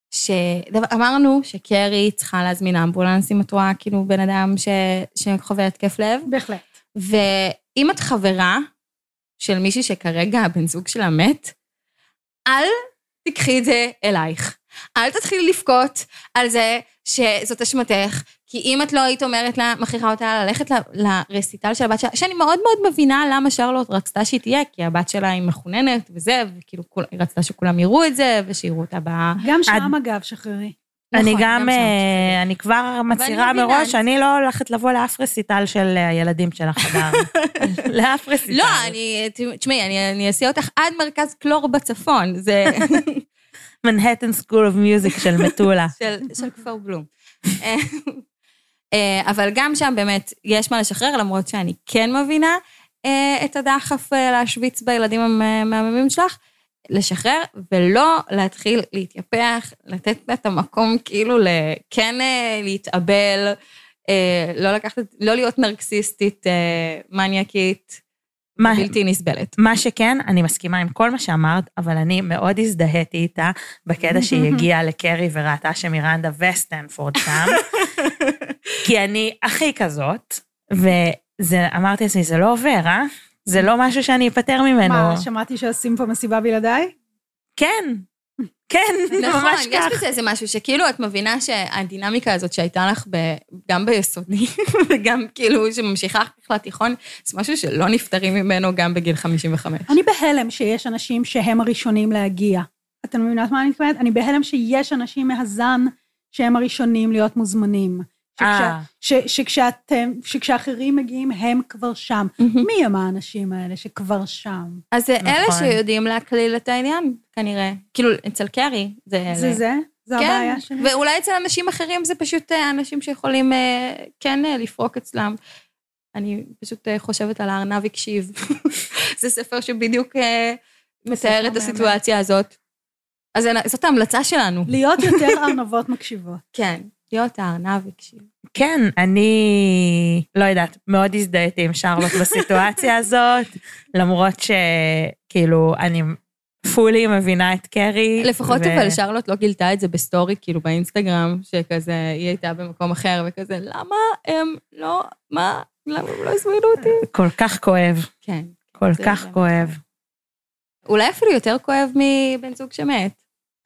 Speaker 3: שאמרנו שקרי צריכה להזמין אמבולנס, אם את רואה כאילו בן אדם שחווה התקף לב.
Speaker 4: בהחלט.
Speaker 3: ואם את חברה של מישהי שכרגע הבן זוג שלה מת, אל תקחי את זה אלייך. אל תתחילי לפקוט על זה שזאת אשמתך, כי אם את לא היית אומרת לה, מכריחה אותה ללכת לרסיטל של הבת שלה, שאני מאוד מאוד מבינה למה שרלוט רצתה שהיא תהיה, כי הבת שלה היא מחוננת וזה, וכאילו היא רצתה שכולם יראו את זה, ושיראו אותה
Speaker 4: גם שם אגב, שחררי.
Speaker 2: אני כבר מצהירה מראש, אני לא הולכת לבוא לאף רסיטל של הילדים של החדר. לאף רסיטל.
Speaker 3: לא, תשמעי, אני אעשה אותך עד מרכז קלור בצפון, זה...
Speaker 2: מנהטן סקול אוף מיוזיק של מטולה.
Speaker 3: של כפר בלום. אבל גם שם באמת יש מה לשחרר, למרות שאני כן מבינה את הדחף להשוויץ בילדים המהממים שלך, לשחרר ולא להתחיל להתייפח, לתת את המקום כאילו כן להתאבל, לא להיות נרקסיסטית, מניאקית, בלתי נסבלת.
Speaker 2: מה שכן, אני מסכימה עם כל מה שאמרת, אבל אני מאוד הזדהיתי איתה, בקטע שהיא הגיעה לקרי וראתה שמירנדה וסטנפורד שם, כי אני הכי כזאת, ואמרתי לעצמי, זה לא עובר, זה לא משהו שאני אפטר ממנו.
Speaker 4: מה, שמעתי שעושים פה מסיבה בלעדיי?
Speaker 2: כן, ממש כך.
Speaker 3: יש בזה איזה משהו שכאילו את מבינה שהדינמיקה הזאת שהייתה לך גם ביסודי, וגם כאילו שממשיכה לך לתיכון, זה משהו שלא נפטרים ממנו גם בגיל 55.
Speaker 4: אני בהלם שיש אנשים שהם הראשונים להגיע. אתם מבינות מה אני מתכוונת? אני בהלם שיש אנשים מהזן שהם הראשונים להיות מוזמנים. שכשאחרים מגיעים, הם כבר שם. מי הם האנשים האלה שכבר שם?
Speaker 3: אז זה אלה שיודעים להקליל את העניין, כנראה. כאילו, אצל קרי, זה אלה.
Speaker 4: זה? זו הבעיה שלי.
Speaker 3: ואולי אצל אנשים אחרים זה פשוט אנשים שיכולים כן לפרוק אצלם. אני פשוט חושבת על הארנב הקשיב. זה ספר שבדיוק מתאר את הסיטואציה הזאת. אז זאת ההמלצה שלנו.
Speaker 4: להיות יותר ארנבות מקשיבות.
Speaker 3: כן, להיות הארנב הקשיב.
Speaker 2: כן, אני לא יודעת, מאוד הזדהיתי עם שרלוט בסיטואציה הזאת, למרות שכאילו אני פולי מבינה את קרי.
Speaker 3: לפחות אבל שרלוט לא גילתה את זה בסטורי, כאילו באינסטגרם, שכזה היא הייתה במקום אחר, וכזה, למה הם לא, מה, למה הם לא הזמינו אותי?
Speaker 2: כל כך כואב.
Speaker 3: כן.
Speaker 2: כל כך כואב.
Speaker 3: אולי אפילו יותר כואב מבן זוג שמת.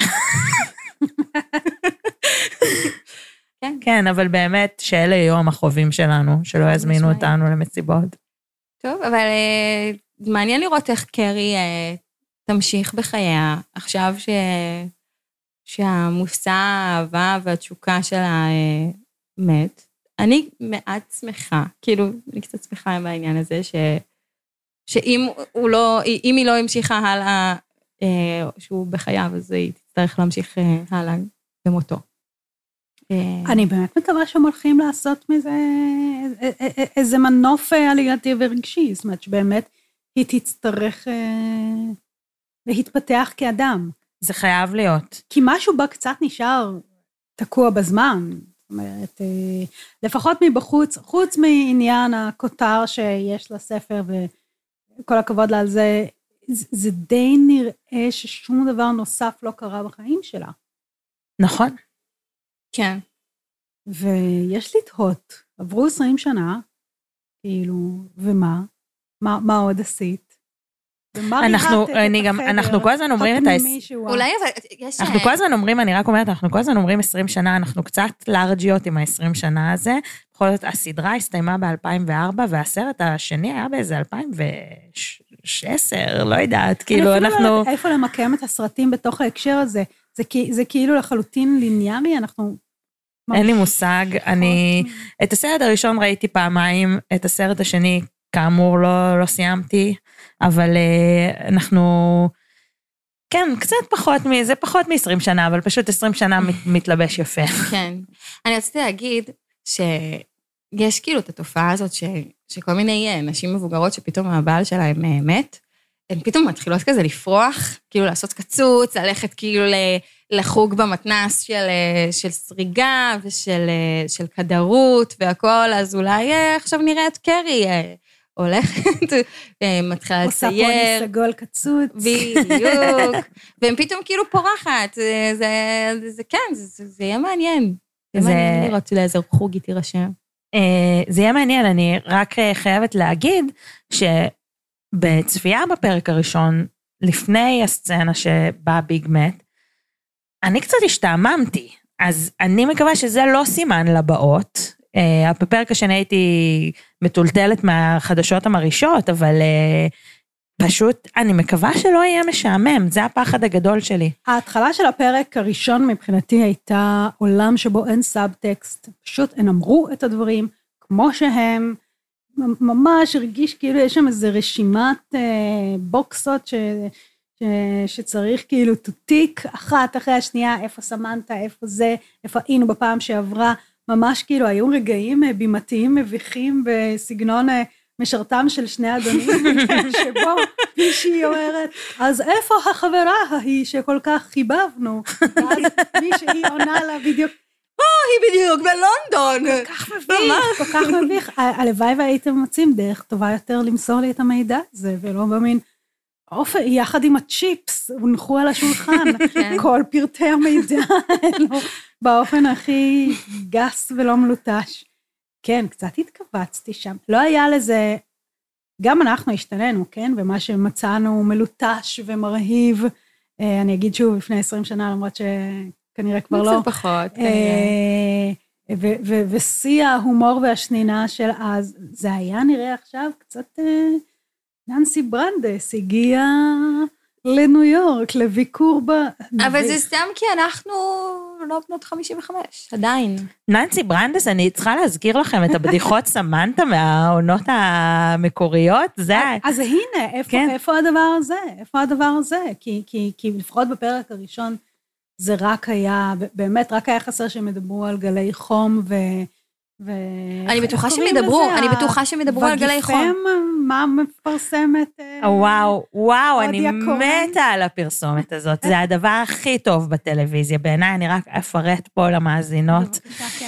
Speaker 2: כן, אבל באמת שאלה יהיו המחובים שלנו, שלא יזמינו אותנו למסיבות.
Speaker 3: טוב, אבל מעניין לראות איך קרי תמשיך בחייה, עכשיו שהמושא האהבה והתשוקה שלה מת. אני מעט שמחה, כאילו, אני קצת שמחה עם העניין הזה, שאם היא לא המשיכה הלאה, שהוא בחייו, אז היא תצטרך להמשיך הלאה במותו.
Speaker 4: אני באמת מקווה שהם הולכים לעשות מזה איזה מנוף עלייתי ורגשי, זאת אומרת שבאמת היא תצטרך להתפתח כאדם.
Speaker 2: זה חייב להיות.
Speaker 4: כי משהו בה קצת נשאר תקוע בזמן, זאת אומרת, לפחות מבחוץ, חוץ מעניין הכותר שיש לספר, וכל הכבוד לה על זה, זה די נראה ששום דבר נוסף לא קרה בחיים שלה.
Speaker 2: נכון.
Speaker 3: כן.
Speaker 4: ויש לתהות, עברו 20 שנה, כאילו, ומה? מה עוד עשית?
Speaker 2: אנחנו כל הזמן אומרים
Speaker 3: אולי אבל יש...
Speaker 2: אנחנו כל הזמן אומרים, אני רק אומרת, אנחנו כל הזמן אומרים 20 שנה, אנחנו קצת לארג'יות עם ה-20 שנה הזה, בכל זאת הסדרה הסתיימה ב-2004, והסרט השני היה באיזה 2010, לא יודעת, כאילו אנחנו...
Speaker 4: איפה למקם את הסרטים בתוך ההקשר הזה? זה כאילו לחלוטין ליניארי, אנחנו...
Speaker 2: אין לי מושג, אני... את הסרט הראשון ראיתי פעמיים, את הסרט השני, כאמור, לא סיימתי, אבל אנחנו... כן, קצת פחות זה פחות מ-20 שנה, אבל פשוט 20 שנה מתלבש יפה.
Speaker 3: כן. אני רציתי להגיד שיש כאילו את התופעה הזאת, שכל מיני נשים מבוגרות שפתאום הבעל שלהם מת, הן פתאום מתחילות כזה לפרוח, כאילו לעשות קצוץ, ללכת כאילו לחוג במתנס של סריגה ושל כדרות והכל, אז אולי עכשיו נראה את קרי הולכת, מתחילה לצייר.
Speaker 4: עושה פוני סגול קצוץ.
Speaker 3: בדיוק. והם פתאום כאילו פורחת. זה כן, זה יהיה מעניין. זה מעניין לראות לאיזה חוג היא תירשם.
Speaker 2: זה יהיה מעניין, אני רק חייבת להגיד שבצפייה בפרק הראשון, לפני הסצנה שבה ביג מת, אני קצת השתעממתי, אז אני מקווה שזה לא סימן לבאות, בפרק השני הייתי מטולטלת מהחדשות המרישות, אבל פשוט אני מקווה שלא יהיה משעמם, זה הפחד הגדול שלי.
Speaker 4: ההתחלה של הפרק הראשון מבחינתי הייתה עולם שבו אין סאבטקסט, פשוט הם אמרו את הדברים כמו שהם, ממש הרגיש כאילו יש שם איזו רשימת בוקסות שצריך כאילו תותיק אחת אחרי השנייה, איפה סמנת, איפה זה, איפה היינו בפעם שעברה, ממש כאילו היו רגעים בימתיים מביכים בסגנון משרתם של שני אדונים, שבו מישהי אומרת, אז איפה החברה ההיא שכל כך חיבבנו? ואז מישהי עונה לה בדיוק,
Speaker 3: היא בדיוק בלונדון.
Speaker 4: כל כך מביך, כל כך מביך. הלוואי והייתם מוצאים דרך טובה יותר למסור לי את המידע הזה, ולא במין, יחד עם הצ'יפס, הונחו על השולחן, כל פרטי המידע האלו, באופן הכי גס ולא מלוטש. כן, קצת התכווצתי שם. לא היה לזה, גם אנחנו השתננו, כן? ומה שמצאנו מלוטש ומרהיב, אני אגיד שוב, לפני 20 שנה, למרות שכנראה כבר לא.
Speaker 3: קצת פחות, כנראה.
Speaker 4: ושיא ההומור והשנינה של אז, זה היה נראה עכשיו קצת... ננסי ברנדס הגיעה לניו יורק, לביקור ב...
Speaker 3: אבל זה סתם כי אנחנו לא בנות 55, עדיין.
Speaker 2: ננסי ברנדס, אני צריכה להזכיר לכם את הבדיחות סמנטה מהעונות המקוריות, זה...
Speaker 4: אז הנה, איפה הדבר הזה? איפה הדבר הזה? כי לפחות בפרק הראשון, זה רק היה, באמת רק היה חסר שהם ידברו על גלי חום
Speaker 3: אני בטוחה שהם ידברו, על גלי חום.
Speaker 4: וגיפם, מה מפרסמת?
Speaker 2: וואו, אני מתה על הפרסומת הזאת. זה הדבר הכי טוב בטלוויזיה. בעיניי, אני רק אפרט פה למאזינות.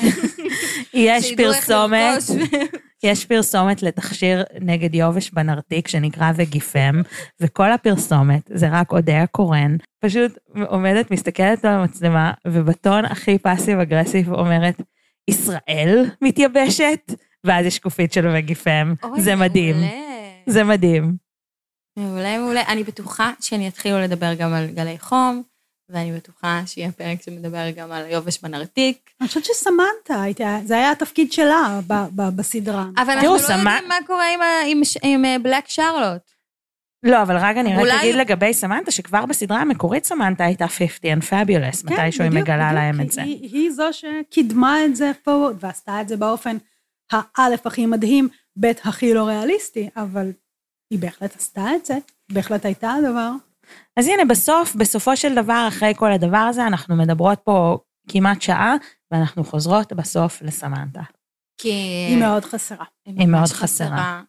Speaker 2: יש פרסומת לתכשיר נגד יובש בנרתיק, שנקרא וגיפם, וכל הפרסומת, זה רק אודיה קורן, פשוט עומדת, מסתכלת על המצלמה, ובטון הכי פאסיב אגרסיב אומרת, ישראל מתייבשת, ואז יש שקופית של וגיפם. זה מדהים. זה מדהים.
Speaker 3: מעולה. אני בטוחה שאני אתחילו לדבר גם על גלי חום, ואני בטוחה שיהיה פרק שמדבר גם על יובש בנרתיק.
Speaker 4: אני חושבת שסמנטה, זה היה התפקיד שלה בסדרה.
Speaker 3: אבל אנחנו לא יודעים מה קורה עם בלק שרלוט.
Speaker 2: לא, אבל רגע, אני רק אגיד לגבי סמנטה, שכבר בסדרה המקורית סמנטה הייתה 50 and Fabulous, מתישהו היא מגלה להם את זה.
Speaker 4: היא זו שקידמה את זה פה, ועשתה את זה באופן האלף הכי מדהים, בית הכי לא ריאליסטי, אבל היא בהחלט עשתה את זה, בהחלט הייתה הדבר.
Speaker 2: אז הנה, בסופו של דבר, אחרי כל הדבר הזה, אנחנו מדברות פה כמעט שעה, ואנחנו חוזרות בסוף לסמנטה.
Speaker 4: היא מאוד חסרה.
Speaker 2: היא מאוד חסרה.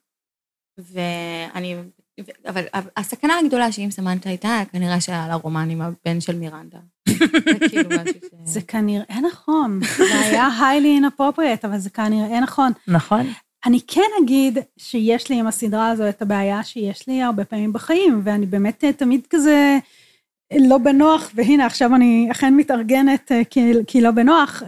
Speaker 3: אבל הסכנה הגדולה שאם סמנטה הייתה, כנראה שהיה לה רומן עם הבן של מירנדה.
Speaker 4: זה כנראה נכון. זה היה highly inappropriate, אבל זה כנראה נכון.
Speaker 2: נכון.
Speaker 4: אני כן אגיד שיש לי עם הסדרה הזו את הבעיה שיש לי הרבה פעמים בחיים, ואני באמת תמיד כזה לא בנוח, והנה עכשיו אני אכן מתארגנת כי לא בנוח.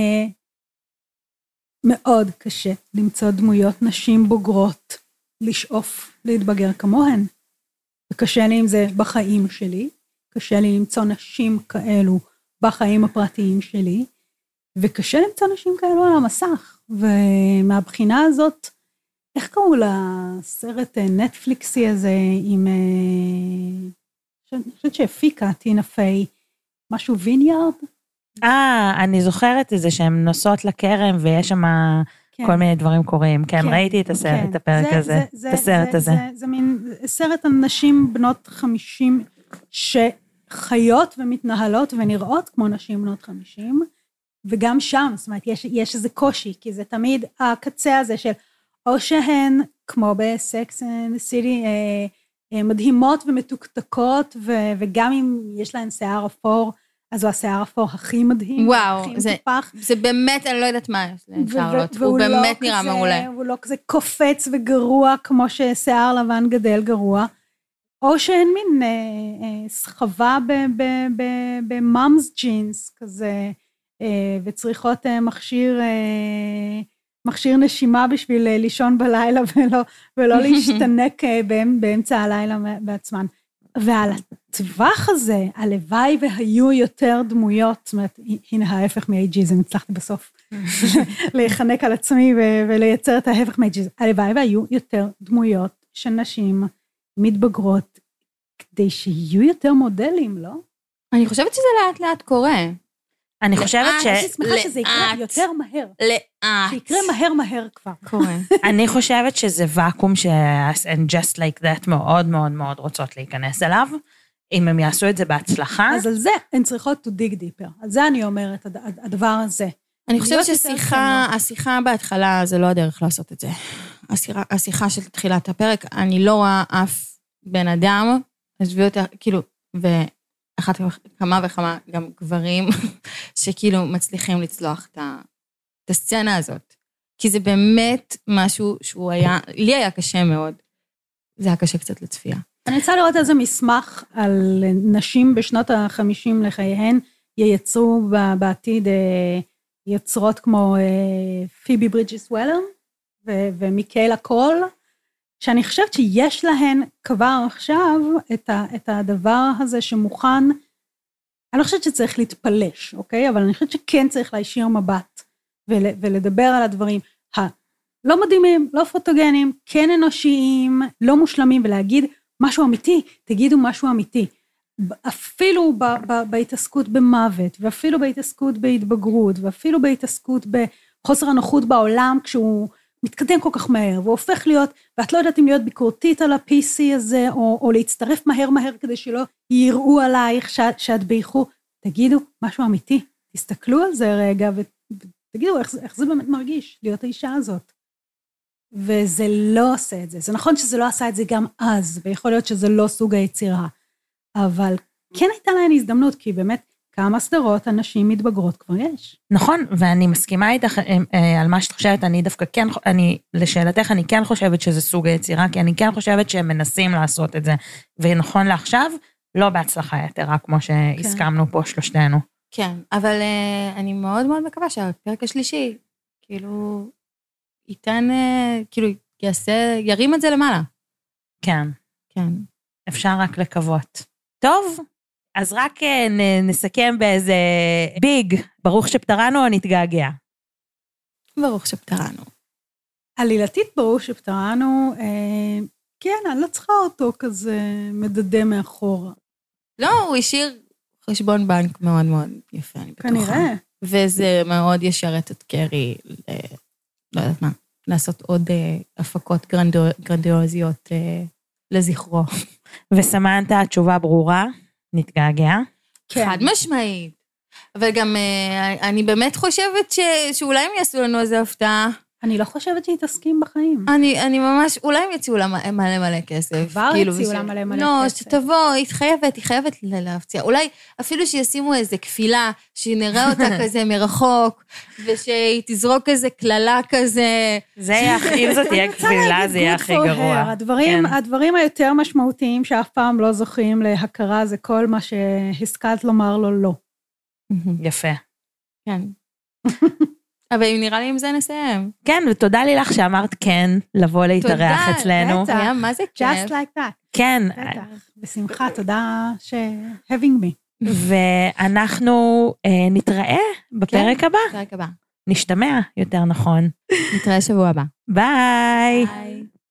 Speaker 4: מאוד קשה למצוא דמויות נשים בוגרות, לשאוף להתבגר כמוהן. וקשה לי עם זה בחיים שלי, קשה לי למצוא נשים כאלו בחיים הפרטיים שלי, וקשה למצוא נשים כאלו על המסך. ומהבחינה הזאת, איך קראו לסרט נטפליקסי הזה עם, אני חושבת שהפיקה טינה פיי, משהו ויניארד?
Speaker 2: אני זוכרת את זה שהן נוסעות לכרם ויש שם כל מיני דברים קורים. כן, ראיתי את הסרט, את הפרק הזה, את הסרט הזה.
Speaker 4: זה מין סרט על נשים בנות 50 שחיות ומתנהלות ונראות כמו נשים בנות 50, וגם שם, זאת אומרת, יש איזה קושי, כי זה תמיד הקצה הזה של, או שהן, כמו בסקס אנד סיטי, מדהימות ומתוקתקות, וגם אם יש להן שיער אפור, אז הוא השיער אפור הכי מדהים.
Speaker 3: וואו, זה באמת, אני לא יודעת מה יש לשרלוט, הוא באמת נראה מעולה.
Speaker 4: הוא לא כזה קופץ וגרוע, כמו ששיער לבן גדל גרוע, או שהן מין סחבה במאמס ג'ינס כזה, וצריכות מכשיר נשימה בשביל לישון בלילה ולא להשתנק באמצע הלילה בעצמן. ועל הטווח הזה, הלוואי והיו יותר דמויות, זאת אומרת, הנה ההפך מאייג'יזם, הצלחתי בסוף להיחנק על עצמי ולייצר את ההפך מאייג'יזם. הלוואי והיו יותר דמויות של נשים מתבגרות, כדי שיהיו יותר מודלים, לא?
Speaker 3: אני חושבת שזה לאט לאט קורה.
Speaker 2: אני חושבת
Speaker 4: אני שמחה שזה יקרה יותר מהר.
Speaker 3: לאט.
Speaker 4: שיקרה מהר כבר.
Speaker 3: קורה.
Speaker 2: אני חושבת שזה ואקום and just like that מאוד מאוד מאוד רוצות להיכנס אליו. אם הם יעשו את זה בהצלחה.
Speaker 4: אז על זה הן צריכות to dig deeper. על זה אני אומרת, הדבר הזה.
Speaker 3: אני חושבת שהשיחה בהתחלה זה לא הדרך לעשות את זה. השיחה של תחילת הפרק, אני לא רואה אף בן אדם, עזבי אותה, כאילו, אחת כמה וכמה גם גברים, שכאילו מצליחים לצלוח את הסצנה הזאת. כי זה באמת משהו שהוא היה, לי היה קשה מאוד. זה היה קשה קצת לצפייה.
Speaker 4: אני רוצה לראות איזה מסמך על נשים בשנות ה-50 לחייהן, ייצרו בעתיד יוצרות כמו פיבי ברידג'ס וולר, ומיקיילה קול, שאני חושבת שיש להן כבר עכשיו את הדבר הזה שמוכן, אני לא חושבת שצריך להתפלש, אוקיי? אבל אני חושבת שכן צריך להישיר מבט, ולדבר על הדברים הלא מדהימים, לא פוטוגנים, כן אנושיים, לא מושלמים, ולהגיד משהו אמיתי, תגידו משהו אמיתי. אפילו בהתעסקות במוות, ואפילו בהתעסקות בהתבגרות, ואפילו בהתעסקות בחוסר הנוחות בעולם, כשהוא מתקדם כל כך מהר, והופך להיות, ואת לא יודעת אם להיות ביקורתית על ה-PC הזה, או להצטרף מהר כדי שלא יראו עלייך שאת באיחור. תגידו, משהו אמיתי, תסתכלו על זה רגע, ותגידו איך זה באמת מרגיש, להיות האישה הזאת. וזה לא עושה את זה. זה נכון שזה לא עשה את זה גם אז, ויכול להיות שזה לא סוג היצירה, אבל כן הייתה להן הזדמנות, כי באמת כמה סדרות אנשים מתבגרות כבר יש.
Speaker 2: נכון, ואני מסכימה איתך על מה שאת חושבת, אני דווקא כן, לשאלתך, אני כן חושבת שזה סוג היצירה, כי אני כן חושבת שהם מנסים לעשות את זה, ונכון לעכשיו, לא בהצלחה יתרה, כמו שהסכמנו פה שלושתנו.
Speaker 3: כן, אבל אני מאוד מאוד מקווה שהפרק השלישי, כאילו, ייתן, כאילו, ירים את זה למעלה.
Speaker 2: כן.
Speaker 3: כן.
Speaker 2: אפשר רק לקוות. טוב, אז רק נסכם באיזה ביג, ברוך שפטרנו או נתגעגע?
Speaker 3: ברוך שפטרנו.
Speaker 4: עלילתית ברוך שפטרנו, כן, אני לא צריכה אותו כזה מדדה מאחורה.
Speaker 3: לא, הוא השאיר חשבון בנק מאוד מאוד יפה, אני בטוחה.
Speaker 4: כנראה.
Speaker 3: וזה מאוד ישרת את קרי, לא יודעת מה, לעשות עוד הפקות גרנדיוזיות לזכרו.
Speaker 2: וסמנתה, התשובה ברורה, נתגעגע.
Speaker 3: כן. חד משמעית. אבל גם אני באמת חושבת שאולי הם יעשו לנו איזו הפתעה.
Speaker 4: אני לא חושבת שהיא תסכים בחיים.
Speaker 3: אני ממש, אולי הם יציעו לה מלא כסף.
Speaker 4: כבר יציעו לה מלא כסף.
Speaker 3: לא, שתבוא, היא חייבת להפציע. אולי אפילו שישימו איזה כפילה, שנראה אותה כזה מרחוק, ושהיא תזרוק איזה כללה כזה.
Speaker 2: אם זאת תהיה כפילה, זה יהיה הכי גרוע.
Speaker 4: הדברים היותר משמעותיים שאף פעם לא זוכים להכרה, זה כל מה שהשכלת לומר לו לא.
Speaker 2: יפה.
Speaker 3: כן. אבל אם נראה לי עם זה נסיים.
Speaker 2: כן, ותודה לי לך שאמרת כן, לבוא להתארח אצלנו.
Speaker 4: תודה,
Speaker 3: היה מה זה כיף.
Speaker 4: Just like that.
Speaker 2: כן.
Speaker 4: בשמחה, תודה having me.
Speaker 2: ואנחנו נתראה בפרק הבא.
Speaker 3: בפרק הבא.
Speaker 2: נשתמע יותר נכון.
Speaker 3: נתראה שבוע הבא.
Speaker 2: ביי.
Speaker 3: ביי.